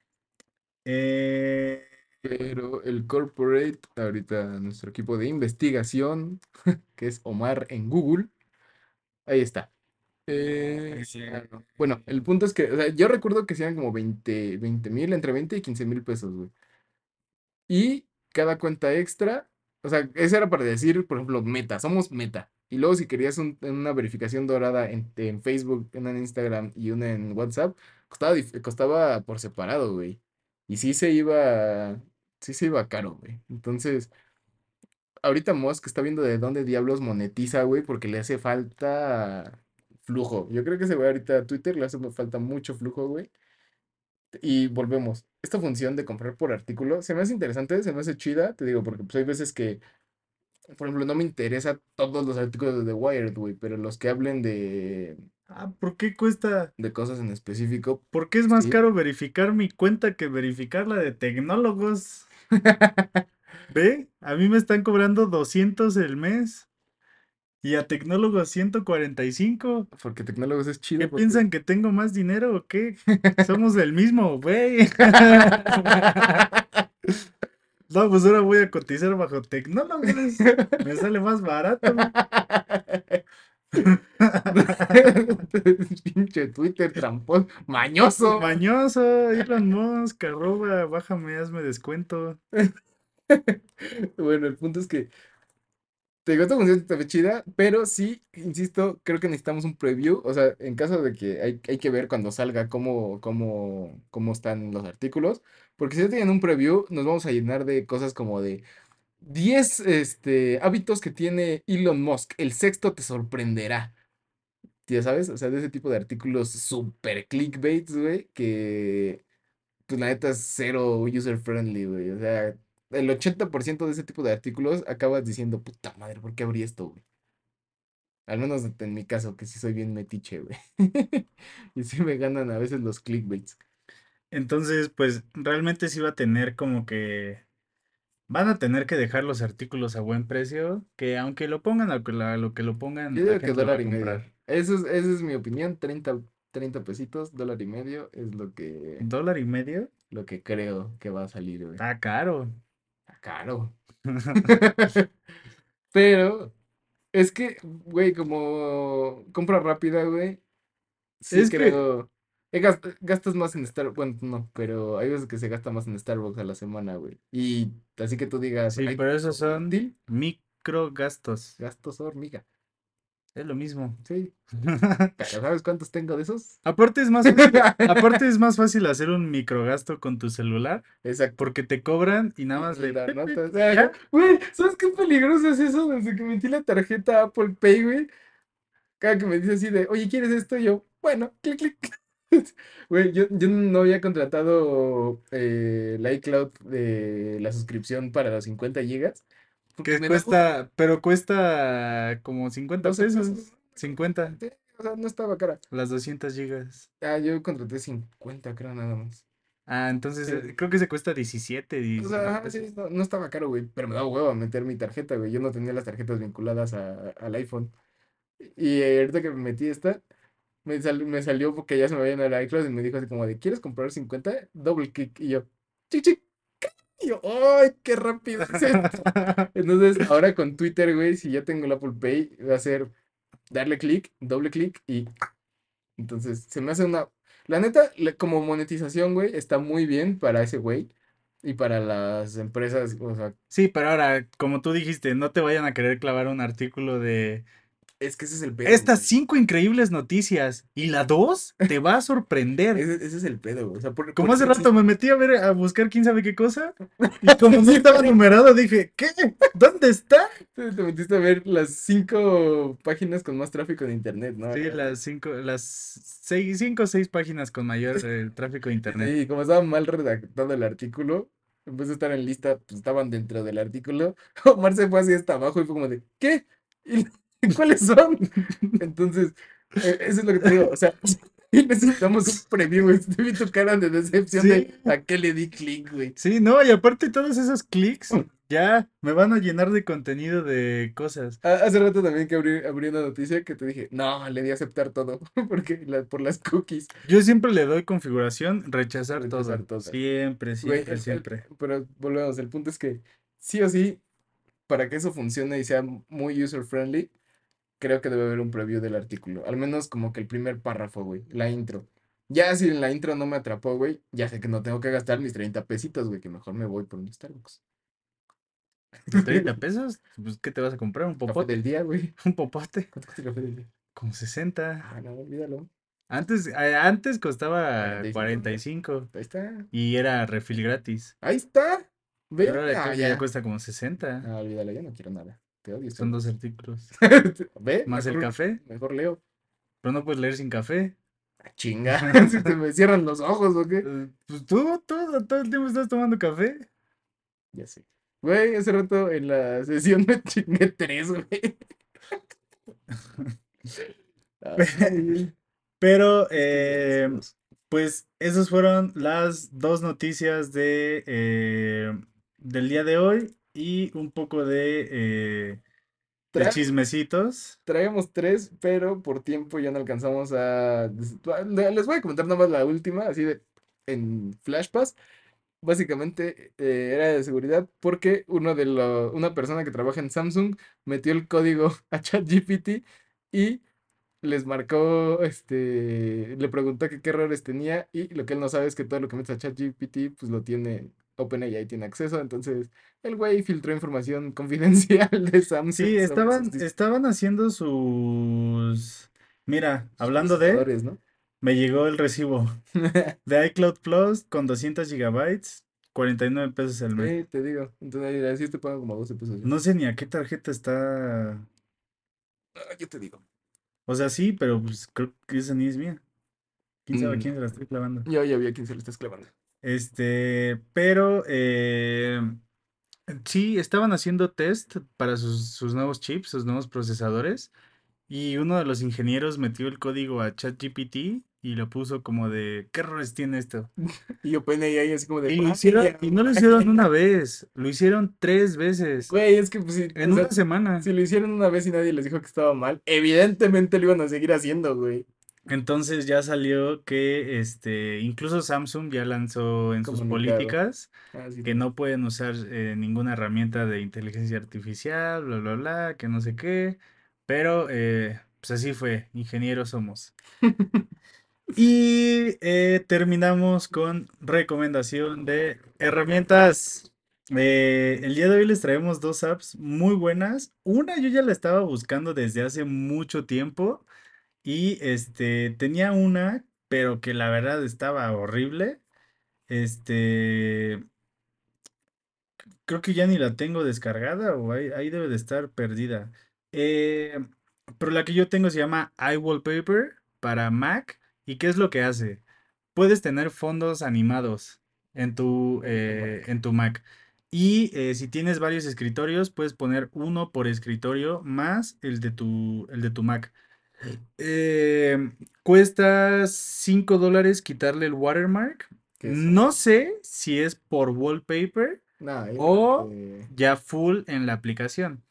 Eh, Pero el corporate, ahorita nuestro equipo de investigación, que es Omar en Google, ahí está. Eh, ah, no. Bueno, el punto es que, o sea, yo recuerdo que sean como veinte mil, entre veinte y quince mil pesos, güey. Y cada cuenta extra, o sea, eso era para decir, por ejemplo, Meta, somos Meta. Y luego si querías un- una verificación dorada en, en Facebook, una en Instagram y una en WhatsApp, costaba, dif- costaba por separado, güey. Y sí se iba, sí se iba caro, güey. Entonces, ahorita Musk está viendo de dónde diablos monetiza, güey, porque le hace falta flujo. Yo creo que ese güey ahorita a Twitter le hace falta mucho flujo, güey. Y volvemos. Esta función de comprar por artículo se me hace interesante, se me hace chida, te digo, porque pues hay veces que, por ejemplo, no me interesa todos los artículos de The Wired, güey, pero los que hablen de, ah, ¿por qué cuesta? de cosas en específico, ¿Por qué es más sí. caro verificar mi cuenta que verificar la de tecnólogos? ¿Ve? A mí me están cobrando doscientos el mes y a tecnólogos ciento cuarenta y cinco. Porque Tecnólogos es ¿Qué chido porque... piensan que tengo más dinero o qué? Somos del mismo, güey. No, pues ahora voy a cotizar bajo tecnólogos. Me sale más barato. Pinche Twitter tramposo, mañoso. Mañoso, Elon Musk, arroba, bájame, hazme descuento. Bueno, el punto es que te digo, esta función está bien chida, pero sí, insisto, creo que necesitamos un preview. O sea, en caso de que hay, hay que ver cuando salga cómo, cómo, cómo están los artículos. Porque si ya tienen un preview, nos vamos a llenar de cosas como de diez este, hábitos que tiene Elon Musk. El sexto te sorprenderá. Ya sabes, o sea, de ese tipo de artículos super clickbaits, güey, que pues la neta es cero user friendly, güey. O sea, el ochenta por ciento de ese tipo de artículos acabas diciendo, puta madre, ¿por qué abrí esto, güey? Al menos en mi caso, que sí soy bien metiche, güey. Y sí me ganan a veces los clickbaits. Entonces, pues realmente sí va a tener como que van a tener que dejar los artículos a buen precio, que aunque lo pongan a lo que la- lo que lo pongan, Yo la digo que gente lo va dólar a y medio. comprar. Eso es, esa es mi opinión, treinta treinta pesitos, dólar y medio es lo que, ¿Dólar y medio? lo que creo que va a salir, güey. Está caro. Está caro. Pero es que, güey, como compra rápida, güey, sí Es que, creo. eh, gas- gastas más en Starbucks. Bueno, no, pero hay veces que se gasta más en Starbucks a la semana, güey. Y así que tú digas, sí, ay, pero esos comida son útil, microgastos. gastos hormiga. Es lo mismo. Sí, pero ¿sabes cuántos tengo de esos? Aparte es más fácil, aparte es más fácil hacer un microgasto con tu celular Exacto. porque te cobran y nada Y más ni le la pip, pip, nota. y Ajá. ya. Güey, ¿sabes qué peligroso es eso? Desde que metí la tarjeta Apple Pay, güey. Cada que me dice así de, oye, ¿quieres esto? Yo, bueno, clic, clic. Güey, yo, yo no había contratado eh, la iCloud de la suscripción para los cincuenta gigas. Pues Que me da hueva. cuesta, pero cuesta como cincuenta doce pesos, pesos. ¿no? cincuenta Sí, o sea, no estaba cara. las doscientas gigas. Ah, yo contraté cincuenta, creo, nada más. Ah, entonces Sí. eh, creo que se cuesta diecisiete O diez sea, ajá, sí, pesos. no, no estaba caro, güey, pero me daba hueva meter mi tarjeta, güey. Yo no tenía las tarjetas vinculadas a- al iPhone. Y eh, ahorita que me metí esta, me, sal- me salió porque ya se me habían al iCloud y me dijo así como de, ¿quieres comprar cincuenta? Doble clic. Y yo, chic, chic. Y yo, ¡ay, qué rápido es esto! Entonces, ahora con Twitter, güey, si ya tengo el Apple Pay, va a ser darle clic, doble clic y entonces se me hace una... La neta, le- como monetización, güey, está muy bien para ese güey y para las empresas, o sea, Sí, pero ahora, como tú dijiste, no te vayan a querer clavar un artículo de es que ese es el pedo, estas güey. cinco increíbles noticias y la dos te va a sorprender. Ese, ese es el pedo, güey. O sea, por, por Como hace eso rato me existe. metí a ver, a buscar quién sabe qué cosa y como no Sí, estaba güey. numerado dije, ¿qué? ¿Dónde está? Te te metiste a ver las cinco páginas con más tráfico de internet, ¿no? Sí, las cinco, las seis, cinco o seis páginas con mayor eh, tráfico de internet. Y como estaba mal redactado el artículo, en vez de estar en lista, pues estaban dentro del artículo. Omar se fue así hasta abajo y fue como de, ¿qué? ¿Y cuáles son? Entonces, eh, eso es lo que te digo. O sea, necesitamos un preview, güey. Te vi tu cara de decepción Sí, de a qué le di clic, güey. sí, no, y aparte todos esos clics ya me van a llenar de contenido de cosas. Ha- Hace rato también que abrí, abrí una noticia que te dije, no, le di a aceptar todo, porque la- por las cookies, Yo siempre le doy configuración, rechazar rechazar todo. todas. Siempre, Güey, siempre, el- el- siempre. pero volvemos, el punto es que sí o sí, para que eso funcione y sea muy user friendly, creo que debe haber un preview del artículo. Al menos como que el primer párrafo, güey, la intro. Ya si en la intro no me atrapó, güey, ya sé que no tengo que gastar mis treinta pesitos, güey, que mejor me voy por un Starbucks. ¿treinta pesos? Pues, ¿qué te vas a comprar? ¿Un Café popote? del día, güey. ¿Un popote? ¿Cuánto cuesta el café del día? Como sesenta. Ah, no, olvídalo. Antes, eh, antes costaba cuarenta y cinco. cuarenta y cinco Ahí está. y era refil gratis. Ahí está. Pero Ve. ahora Ah, creo que ya ya. cuesta como sesenta. No, olvídalo, ya no quiero nada. Te odio, Son dos Starbucks. artículos. Ve, Más el mejor, café. mejor leo. Pero no puedes leer sin café. Ah, chinga. Si te me cierran los ojos o qué. Eh, Pues tú, todo, todo el tiempo estás tomando café. Ya sé. Güey, hace rato en la sesión me chingué tres, güey. Ay, Pero, es que ya eh, vicios. pues, esas fueron las dos noticias de, eh, del día de hoy y un poco de, eh, de Tra- chismecitos. traíamos tres, pero por tiempo ya no alcanzamos a... Les voy a comentar nada más la última, así de en Flash Pass. Básicamente eh, era de seguridad porque uno de lo- una persona que trabaja en Samsung metió el código a ChatGPT y les marcó, este, le preguntó que qué errores tenía y lo que él no sabe es que todo lo que metes a ChatGPT pues lo tiene OpenAI, tiene acceso, entonces el güey filtró información confidencial de Samsung Sí, sobre sus, estaban, dis- estaban haciendo sus... Mira, sus hablando de, procesadores, ¿no? me llegó el recibo de iCloud Plus con doscientos gigabytes, cuarenta y nueve pesos el mes. Sí, te digo, entonces así te pagan como doce pesos yo. No sé ni a qué tarjeta está. Ah, yo te digo. O sea, sí, pero pues creo que esa ni es mía. ¿Quién sabe a Mm, quién se la estoy clavando? yo ya vi a quién se lo estás clavando. Este, pero eh, sí, estaban haciendo test para sus, sus nuevos chips, sus nuevos procesadores, y uno de los ingenieros metió el código a ChatGPT y lo puso como de, ¿qué errores tiene esto? Y OpenAI así como de, Y lo hicieron, vaya, y no lo hicieron vaya. una vez, lo hicieron tres veces Güey, es que pues sí, o en una sea, semana. si lo hicieron una vez y nadie les dijo que estaba mal, evidentemente lo iban a seguir haciendo, güey. Entonces ya salió que este, incluso Samsung ya lanzó en sus Comunicado. políticas Ah, sí, que no. no pueden usar eh, ninguna herramienta de inteligencia artificial, bla, bla, bla, que no sé qué. Pero eh, pues así fue, ingenieros somos. Y eh, terminamos con recomendación de herramientas. Eh, el día de hoy les traemos dos apps muy buenas. Una yo ya la estaba buscando desde hace mucho tiempo. Y este, tenía una, pero que la verdad estaba horrible. Este, creo que ya ni la tengo descargada o ahí, ahí debe de estar perdida. Eh, pero la que yo tengo se llama iWallpaper para Mac. ¿Y qué es lo que hace? Puedes tener fondos animados en tu, En tu eh, Mac. en tu Mac. Y eh, si tienes varios escritorios, puedes poner uno por escritorio más el de tu, el de tu Mac. Eh, Cuesta cinco dólares quitarle el watermark. ¿Qué es eso? No sé si es por wallpaper No, yo creo o que... ya full en la aplicación.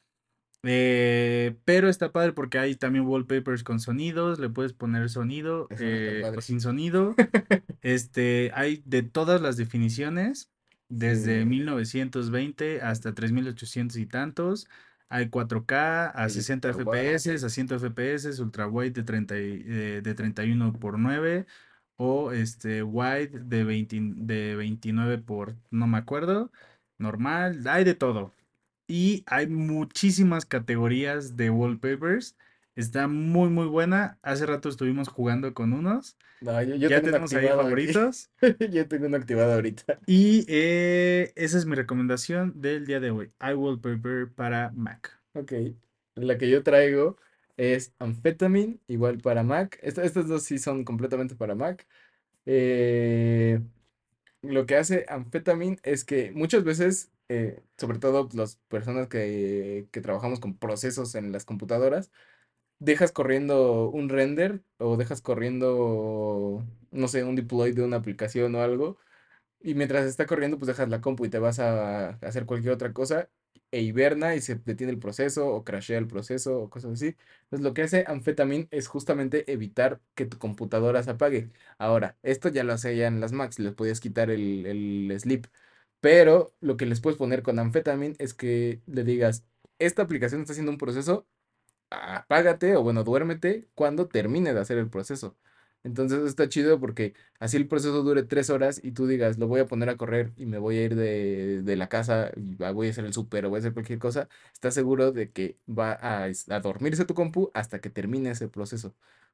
Eh, pero está padre porque hay también wallpapers con sonidos, le puedes poner sonido Eso no está eh, o padre. sin sonido. Este, hay de todas las definiciones, desde Sí, mil novecientos veinte hasta tres mil ochocientos y tantos. Hay cuatro K a hay sesenta ultra wide. F P S, a cien F P S, ultra wide de treinta y- eh, de treinta y uno por nueve o este wide de veinte de veintinueve por no me acuerdo, normal, hay de todo. Y hay muchísimas categorías de wallpapers. Está muy muy buena. Hace rato estuvimos jugando con unos. No, yo, yo Ya tengo uno tenemos ahí activado aquí. favoritos. Yo tengo uno activado ahorita. Y eh, esa es mi recomendación del día de hoy. iWallpaper para Mac. Ok. La que yo traigo es Amphetamine, igual para Mac. Esta- estas dos sí son completamente para Mac. Eh, lo que hace Amphetamine es que muchas veces, eh, sobre todo las personas que, que trabajamos con procesos en las computadoras, dejas corriendo un render o dejas corriendo, no sé, un deploy de una aplicación o algo. Y mientras está corriendo, pues dejas la compu y te vas a hacer cualquier otra cosa e hiberna y se detiene el proceso o crashea el proceso o cosas así. Entonces lo que hace Amphetamine es justamente evitar que tu computadora se apague. Ahora, esto ya lo hacía ya en las Macs, les podías quitar el, el sleep. Pero lo que les puedes poner con Amphetamine es que le digas, esta aplicación está haciendo un proceso, apágate o bueno, duérmete cuando termine de hacer el proceso. Entonces está chido porque así el proceso dure tres horas y tú digas, lo voy a poner a correr y me voy a ir de, de la casa y va- voy a hacer el súper o voy a hacer cualquier cosa, estás seguro de que va a, es- a dormirse tu compu hasta que termine ese proceso.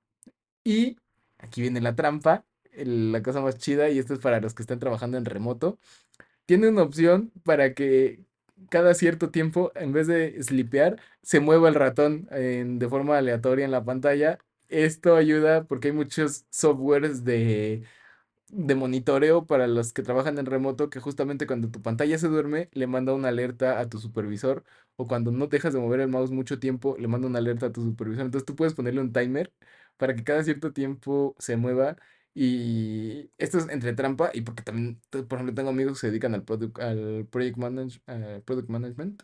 Y aquí viene la trampa, el- la cosa más chida, y esto es para los que están trabajando en remoto. Tiene una opción para que cada cierto tiempo, en vez de slipear, se mueva el ratón en- de forma aleatoria en la pantalla. Esto ayuda porque hay muchos softwares de de monitoreo para los que trabajan en remoto que justamente cuando tu pantalla se duerme le manda una alerta a tu supervisor o cuando no dejas de mover el mouse mucho tiempo le manda una alerta a tu supervisor. Entonces tú puedes ponerle un timer para que cada cierto tiempo se mueva y esto es entre trampa y porque también, te- por ejemplo, tengo amigos que se dedican al product, al project manage- eh, product management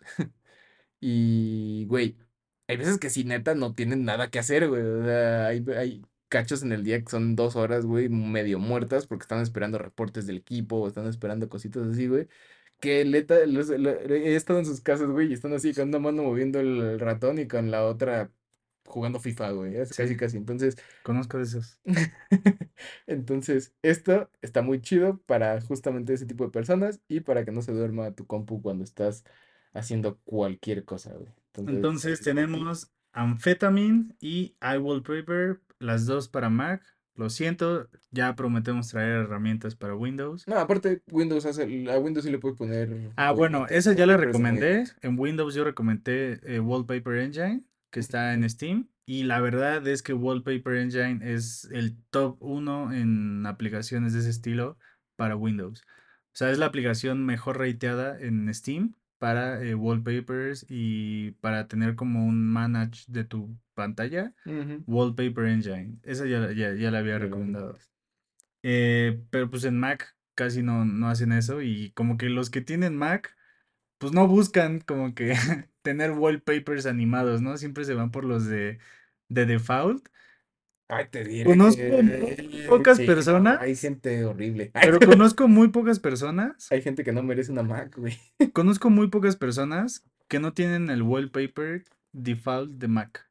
y, güey, hay veces que sí, neta, no tienen nada que hacer, güey. O sea, hay, hay cachos en el día que son dos horas, güey, medio muertas porque están esperando reportes del equipo o están esperando cositas así, güey. Que neta, los- lo- he estado en sus casas, güey, y están así con una mano moviendo el ratón y con la otra jugando FIFA, güey. Es casi, Sí, casi. Entonces, conozco de esos. entonces, esto está muy chido para justamente ese tipo de personas y para que no se duerma tu compu cuando estás haciendo cualquier cosa, güey. Entonces, Entonces tenemos Amphetamine y iWallpaper, las dos para Mac. Lo siento, ya prometemos traer herramientas para Windows. no, aparte, Windows hace, a Windows sí le puedes poner Ah, bueno, wallpaper, esa ya la wallpapers muy recomendé. directo. En Windows yo recomendé eh, Wallpaper Engine, que está Ujú. en Steam. Y la verdad es que Wallpaper Engine es el top uno en aplicaciones de ese estilo para Windows. O sea, es la aplicación mejor rateada en Steam para eh, wallpapers y para tener como un manage de tu pantalla. Ujú. Wallpaper Engine. Esa ya, ya, ya la había Ya lo recomendado. recomiendas. Eh, pero pues en Mac casi no, no hacen eso y como que los que tienen Mac pues no buscan como que tener wallpapers animados, ¿no? Siempre se van por los de, de default. Ay, te diré Conozco muy que pocas sí, no, hay personas, gente horrible. pero conozco muy pocas personas, Hay gente que no merece una Mac, güey. conozco muy pocas personas que no tienen el wallpaper default de Mac.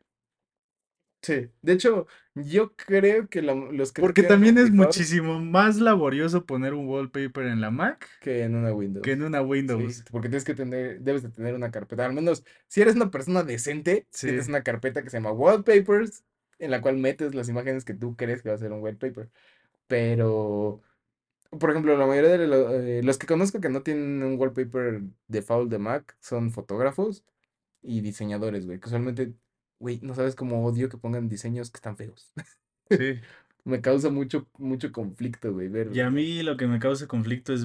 Sí, de hecho, yo creo que la- los que no Porque tienen también el es default muchísimo más laborioso poner un wallpaper en la Mac que en una que en Windows. una Sí, Windows. porque tienes que tener, debes de tener una carpeta. Al menos, si eres una persona decente, tienes Sí, una carpeta que se llama Wallpapers, en la cual metes las imágenes que tú crees que va a ser un wallpaper. Pero, por ejemplo, la mayoría de lo- eh, los que conozco que no tienen un wallpaper default de Mac son fotógrafos y diseñadores, güey. Que usualmente, güey, no sabes cómo odio que pongan diseños que están feos. sí. Me causa mucho, mucho conflicto, güey, ver. Y a mí lo que me causa conflicto es ver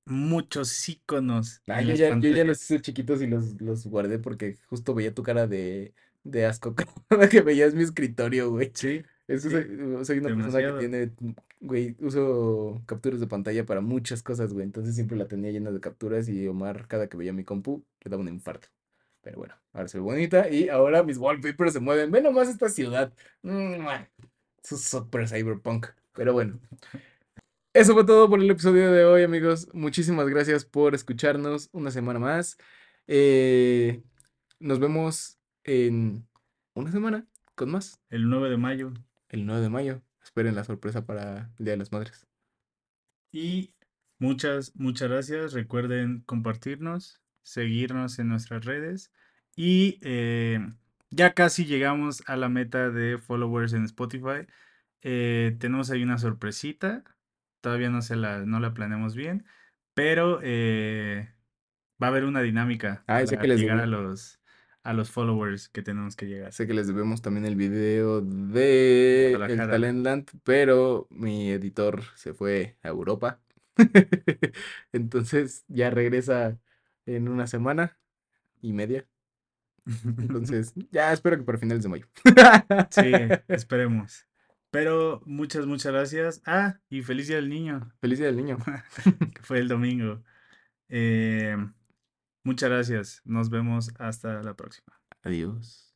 muchos iconos Ah, en yo las ya, yo ya los pantallas. hice chiquitos y los, los guardé porque justo veía tu cara de, de asco cada que veías mi escritorio, güey. Sí, Es que sí, soy, soy una persona que demasiado. tiene, güey, uso capturas de pantalla para muchas cosas, güey. Entonces siempre la tenía llena de capturas y Omar, cada que veía mi compu, le daba un infarto. Pero bueno, ahora soy bonita y ahora mis wallpapers se mueven. Ve nomás esta ciudad. ¡Mua! Eso es súper cyberpunk. Pero bueno. Eso fue todo por el episodio de hoy, amigos. Muchísimas gracias por escucharnos una semana más. Eh, nos vemos en una semana con más, El nueve de mayo. el nueve de mayo. Esperen la sorpresa para el Día de las Madres. Y muchas, muchas gracias. Recuerden compartirnos, seguirnos en nuestras redes. Y eh, ya casi llegamos a la meta de followers en Spotify. Eh, tenemos ahí una sorpresita. Todavía no se la, no la planeamos bien. Pero eh, va a haber una dinámica Ah, y sé que para les llegar a debe- los, a los followers que tenemos que llegar. sé que les debemos también el video de el Guadalajara. Talentland, pero mi editor se fue a Europa. Entonces ya regresa en una semana y media. Entonces, ya espero que para finales de mayo. Sí, esperemos. Pero muchas, muchas gracias. Ah, y feliz día del niño, Feliz Día del Niño. que fue el domingo. Eh, muchas gracias. Nos vemos hasta la próxima. Adiós.